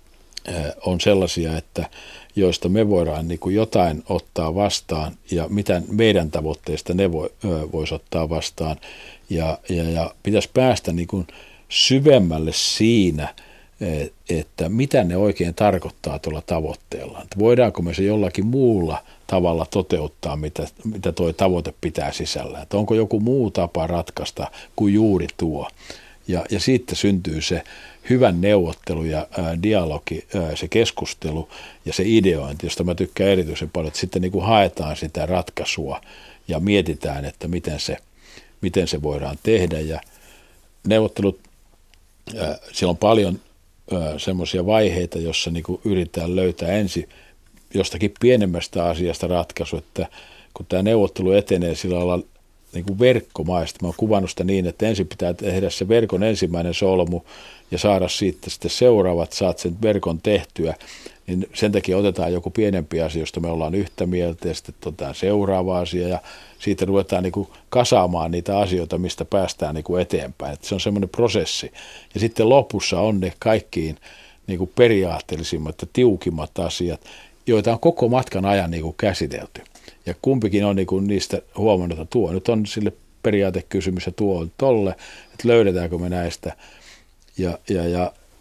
on sellaisia, että joista me voidaan niin kuin jotain ottaa vastaan ja mitä meidän tavoitteista ne voi, voisi ottaa vastaan. Ja, ja, ja pitäisi päästä niin kuin syvemmälle siinä, että mitä ne oikein tarkoittaa tuolla tavoitteella. Että voidaanko me se jollakin muulla tavalla toteuttaa, mitä, mitä tuo tavoite pitää sisällä. Että onko joku muu tapa ratkaista kuin juuri tuo. Ja, ja siitä syntyy se hyvän neuvottelu ja ää, dialogi, ää, se keskustelu ja se ideointi, josta mä tykkään erityisen paljon, että sitten niin kuin haetaan sitä ratkaisua ja mietitään, että miten se, miten se voidaan tehdä. Ja neuvottelut, ää, siellä on paljon semmoisia vaiheita, jossa niin kuin yritetään löytää ensin jostakin pienemmästä asiasta ratkaisu, että kun tämä neuvottelu etenee sillä lailla niin kuin verkkomaista. Mä oon kuvannut sitä niin, että ensin pitää tehdä se verkon ensimmäinen solmu ja saada siitä sitten seuraavat, saat sen verkon tehtyä, niin sen takia otetaan joku pienempi asia, josta me ollaan yhtä mieltä ja sitten otetaan seuraava asia ja siitä ruvetaan niin kuin kasaamaan niitä asioita, mistä päästään niin kuin eteenpäin. Että se on semmoinen prosessi. Ja sitten lopussa on ne kaikkiin niin kuin periaatteellisimmat ja tiukimmat asiat, joita on koko matkan ajan niin kuin käsitelty. Ja kumpikin on niin kuin niistä huomannut, että tuo nyt on sille periaatekysymys ja tuo on tolle, että löydetäänkö me näistä. Ja, ja, ja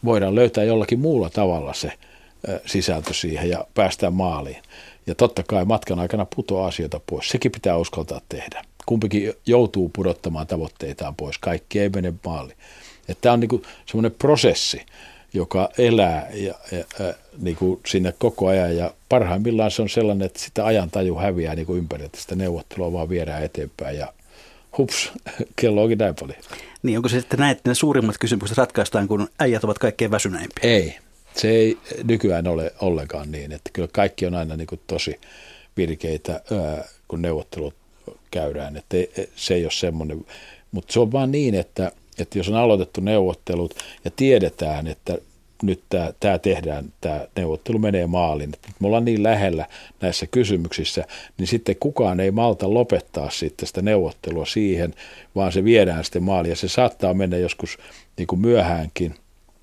voidaan löytää jollakin muulla tavalla se sisältö siihen ja päästään maaliin. Ja totta kai matkan aikana putoaa asioita pois. Sekin pitää uskaltaa tehdä. Kumpikin joutuu pudottamaan tavoitteitaan pois. Kaikki ei mene maaliin. Tämä on niinku semmoinen prosessi, joka elää ja, ja, ja, niinku sinne koko ajan. Ja parhaimmillaan se on sellainen, että sitä ajantaju häviää niinku ympäri, että sitä neuvottelua vaan viedään eteenpäin. Ja hups, kello onkin näin paljon. Niin, onko se sitten näin, että ne suurimmat kysymykset ratkaistaan, kun äijät ovat kaikkein väsyneimpiä? Ei. Se ei nykyään ole ollenkaan niin, että kyllä kaikki on aina niin kuin tosi virkeitä, kun neuvottelut käydään, että se ei ole semmoinen, mutta se on vaan niin, että, että jos on aloitettu neuvottelut ja tiedetään, että nyt tämä, tämä tehdään, tämä neuvottelu menee maaliin, että me ollaan niin lähellä näissä kysymyksissä, niin sitten kukaan ei malta lopettaa sitten sitä neuvottelua siihen, vaan se viedään sitten maaliin ja se saattaa mennä joskus niin kuin myöhäänkin,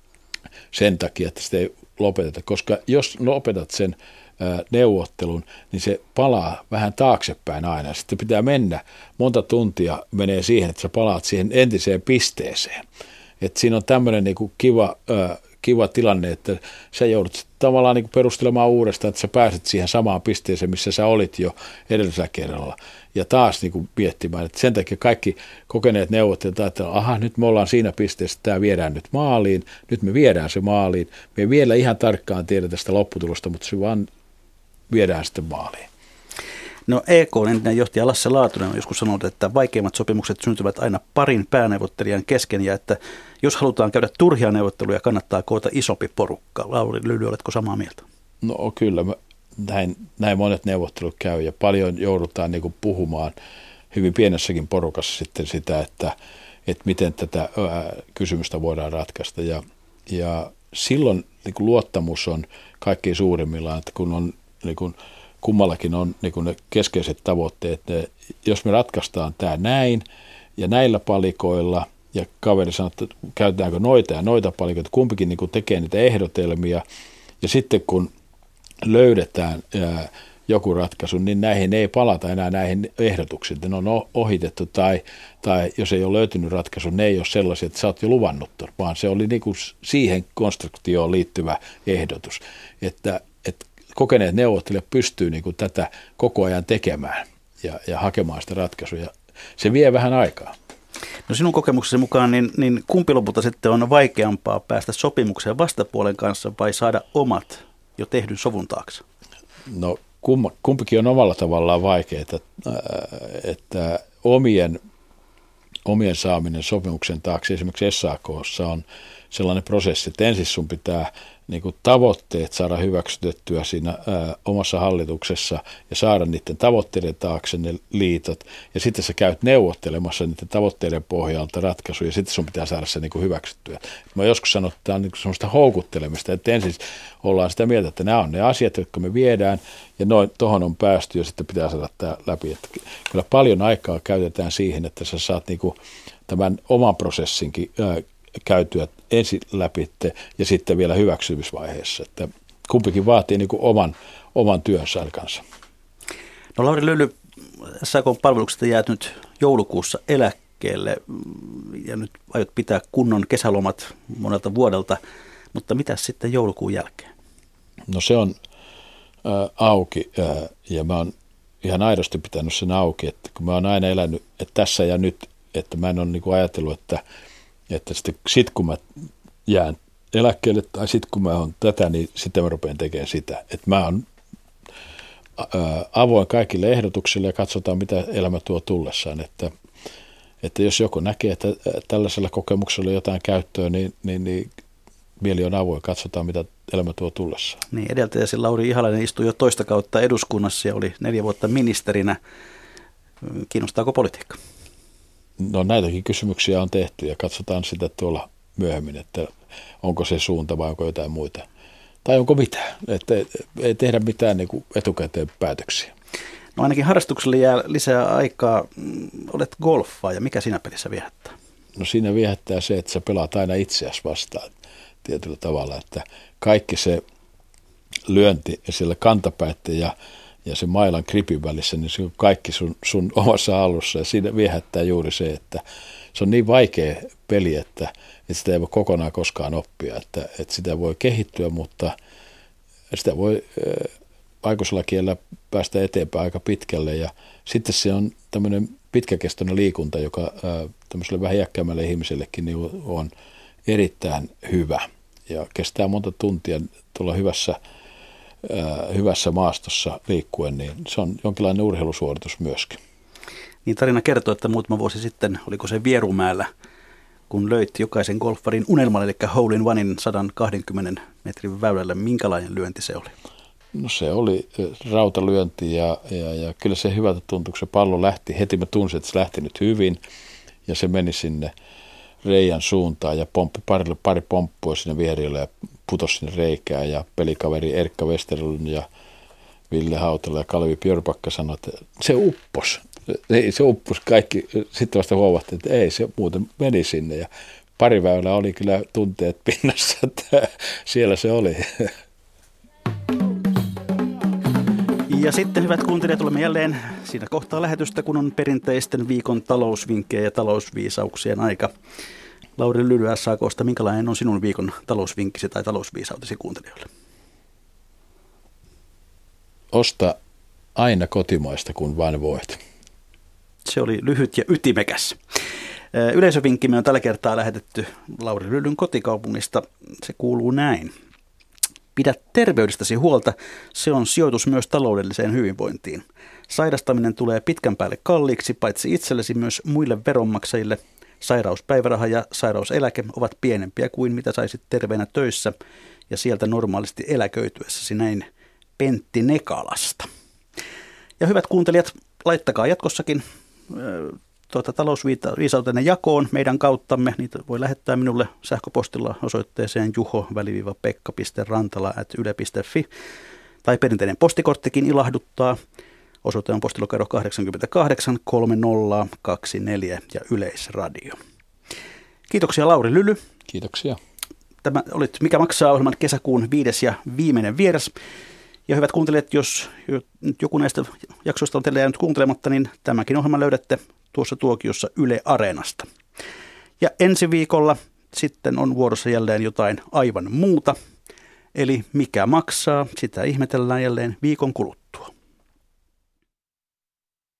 sen takia, että sitä ei lopeteta, koska jos lopetat sen ää, neuvottelun, niin se palaa vähän taaksepäin aina. Sitten pitää mennä, monta tuntia menee siihen, että sä palaat siihen entiseen pisteeseen. Et siinä on tämmöinen niinku kiva, ää, kiva tilanne, että sä joudut tavallaan niinku perustelemaan uudestaan, että sä pääset siihen samaan pisteeseen, missä sä olit jo edellisellä kerralla. Ja taas niin kuin miettimään, että sen takia kaikki kokeneet neuvottelijat ajattelevat, että aha, nyt me ollaan siinä pisteessä, että tämä viedään nyt maaliin, nyt me viedään se maaliin. Me ei vielä ihan tarkkaan tiedetä sitä lopputulosta, mutta se vaan viedään sitten maaliin. No E K:n entinen johtaja Lasse Laatunen on joskus sanonut, että vaikeimmat sopimukset syntyvät aina parin pääneuvottelijan kesken ja että jos halutaan käydä turhia neuvotteluja, kannattaa koota isompi porukka. Lauri Lyly, oletko samaa mieltä? No kyllä, mä Näin, näin monet neuvottelut käy ja paljon joudutaan niin kuin puhumaan hyvin pienessäkin porukassa sitten sitä, että, että miten tätä ää, kysymystä voidaan ratkaista. Ja, ja silloin niin kuin luottamus on kaikkein suurimmillaan, että kun on, niin kuin, kummallakin on niin kuin ne keskeiset tavoitteet, ne, jos me ratkaistaan tämä näin ja näillä palikoilla ja kaveri sanoo, että käytetäänkö noita ja noita palikoita, kumpikin niin kuin tekee niitä ehdotelmia ja sitten kun löydetään ää, joku ratkaisu, niin näihin ei palata enää näihin ehdotuksiin. Ne on ohitettu tai, tai jos ei ole löytynyt ratkaisu, ne ei ole sellaisia, että sä oot jo luvannut, vaan se oli niinku siihen konstruktioon liittyvä ehdotus. Että, että kokeneet neuvottelijat pystyy niinku tätä koko ajan tekemään ja, ja hakemaan sitä ratkaisuja. Se vie vähän aikaa. No sinun kokemuksesi mukaan, niin, niin kumpi lopulta sitten on vaikeampaa päästä sopimukseen vastapuolen kanssa vai saada omat jo tehdyn sovun taakse? No kum, kumpikin on omalla tavallaan vaikeaa, että, että omien, omien saaminen sopimuksen taakse esimerkiksi S A K:ssa on sellainen prosessi, että ensin sun pitää niin kuin tavoitteet saada hyväksytettyä siinä ää, omassa hallituksessa ja saada niiden tavoitteiden taakse ne liitot. Ja sitten sä käyt neuvottelemassa niiden tavoitteiden pohjalta ratkaisuja ja sitten sun pitää saada se niin kuin hyväksyttyä. Mä joskus sanon, että tämä on niin kuin semmoista houkuttelemista, että ensin ollaan sitä mieltä, että nämä on ne asiat, jotka me viedään ja noin tuohon on päästy ja sitten pitää saada tämä läpi. Että kyllä paljon aikaa käytetään siihen, että sä saat niin kuin tämän oman prosessinkin ää, käytyä ensin läpi ja sitten vielä hyväksymisvaiheessa. Että kumpikin vaatii niin kuin oman, oman työnsä kanssa. No Lauri Lyly, S A K-palveluksesta jäät nyt joulukuussa eläkkeelle ja nyt aiot pitää kunnon kesälomat monelta vuodelta, mutta mitä sitten joulukuun jälkeen? No se on ä, auki ä, ja mä oon ihan aidosti pitänyt sen auki, että kun mä oon aina elänyt että tässä ja nyt, että mä en ole niin kuin ajatellut, että että sitten sit kun mä jään eläkkeelle tai sitten kun mä oon tätä, niin sitten mä rupean tekemään sitä. Että mä oon avoin kaikille ehdotuksille ja katsotaan, mitä elämä tuo tullessaan. Että, että jos joku näkee, että tällaisella kokemuksella jotain käyttöä, niin, niin, niin mieli on avoin. Katsotaan, mitä elämä tuo tullessaan. Niin, edeltäjäsi Lauri Ihalainen istui jo toista kautta eduskunnassa ja oli neljä vuotta ministerinä. Kiinnostaako politiikka? No näitäkin kysymyksiä on tehty ja katsotaan sitä tuolla myöhemmin, että onko se suunta vai onko jotain muita. Tai onko mitään, että ei tehdä mitään niin kuin etukäteen päätöksiä. No ainakin harrastukselle jää lisää aikaa. Olet golfaa ja mikä siinä pelissä viehättää? No siinä viehättää se, että sä pelaat aina itseäsi vastaan tietyllä tavalla, että kaikki se lyönti ja sillä kantapäitten ja, ja se mailan gripin välissä, niin se on kaikki sun, sun omassa hallussa. Ja siinä viehättää juuri se, että se on niin vaikea peli, että, että sitä ei voi kokonaan koskaan oppia. Että, että sitä voi kehittyä, mutta sitä voi äh, aikuisella kielellä päästä eteenpäin aika pitkälle. Ja sitten se on tämmöinen pitkäkestoinen liikunta, joka äh, tämmöiselle vähän iäkkäämmälle ihmisellekin niin on erittäin hyvä. Ja kestää monta tuntia tuolla hyvässä, äh, hyvässä maastossa liikkuen, niin se on jonkinlainen urheilusuoritus myöskin. Niin tarina kertoo, että muutama vuosi sitten, oliko se Vierumäellä, kun löit jokaisen golfarin unelman, eli hole in onein sata kaksikymmentä metrin väylällä. Minkälainen lyönti se oli? No se oli rautalyönti ja, ja, ja kyllä se hyvältä tuntui, kun se pallo lähti. Heti mä tunsin, että se lähti nyt hyvin ja se meni sinne reiän suuntaan ja pomppi parille, pari pomppua sinne vierille ja putosi sinne reikään. Ja pelikaveri Erkka Westerlund ja Ville Hautala ja Kalvi Björpakka sanoi, että se uppos. Ei, se uppos kaikki. Sitten vasta huomattiin, että ei se muuten meni sinne. Ja pari väylää oli kyllä tunteet pinnassa, että siellä se oli. Ja sitten, hyvät kuuntelijat, tulemme jälleen siinä kohtaa lähetystä, kun on perinteisten viikon talousvinkkejä ja talousviisauksien aika. Lauri Lyly S A K:sta, minkälainen on sinun viikon talousvinkkisi tai talousviisautesi kuuntelijoille? Osta aina kotimaista, kun vain voit. Se oli lyhyt ja ytimekäs. Yleisövinkkimme on tällä kertaa lähetetty Lauri Lylyn kotikaupungista. Se kuuluu näin. Pidä terveydestäsi huolta, se on sijoitus myös taloudelliseen hyvinvointiin. Sairastaminen tulee pitkän päälle kalliiksi, paitsi itsellesi myös muille veronmaksajille. Sairauspäiväraha ja sairauseläke ovat pienempiä kuin mitä saisit terveenä töissä ja sieltä normaalisti eläköityessäsi, näin Pentti Nekalasta. Ja hyvät kuuntelijat, laittakaa jatkossakin tuota, talousviisautenne jakoon meidän kauttamme. Niitä voi lähettää minulle sähköpostilla osoitteeseen juho-pekka piste rantala ät yle piste fi tai perinteinen postikorttikin ilahduttaa. Osoite on postilokero kahdeksankymmentäkahdeksan kolmekymmentä kaksikymmentäneljä ja Yleisradio. Kiitoksia Lauri Lyly. Kiitoksia. Tämä olit Mikä maksaa -ohjelman kesäkuun viides ja viimeinen vieras. Ja hyvät kuuntelijat, jos joku näistä jaksoista on teille jäänyt kuuntelematta, niin tämäkin ohjelma löydätte tuossa tuokiossa Yle Areenasta. Ja ensi viikolla sitten on vuorossa jälleen jotain aivan muuta. Eli mikä maksaa, sitä ihmetellään jälleen viikon kuluttua.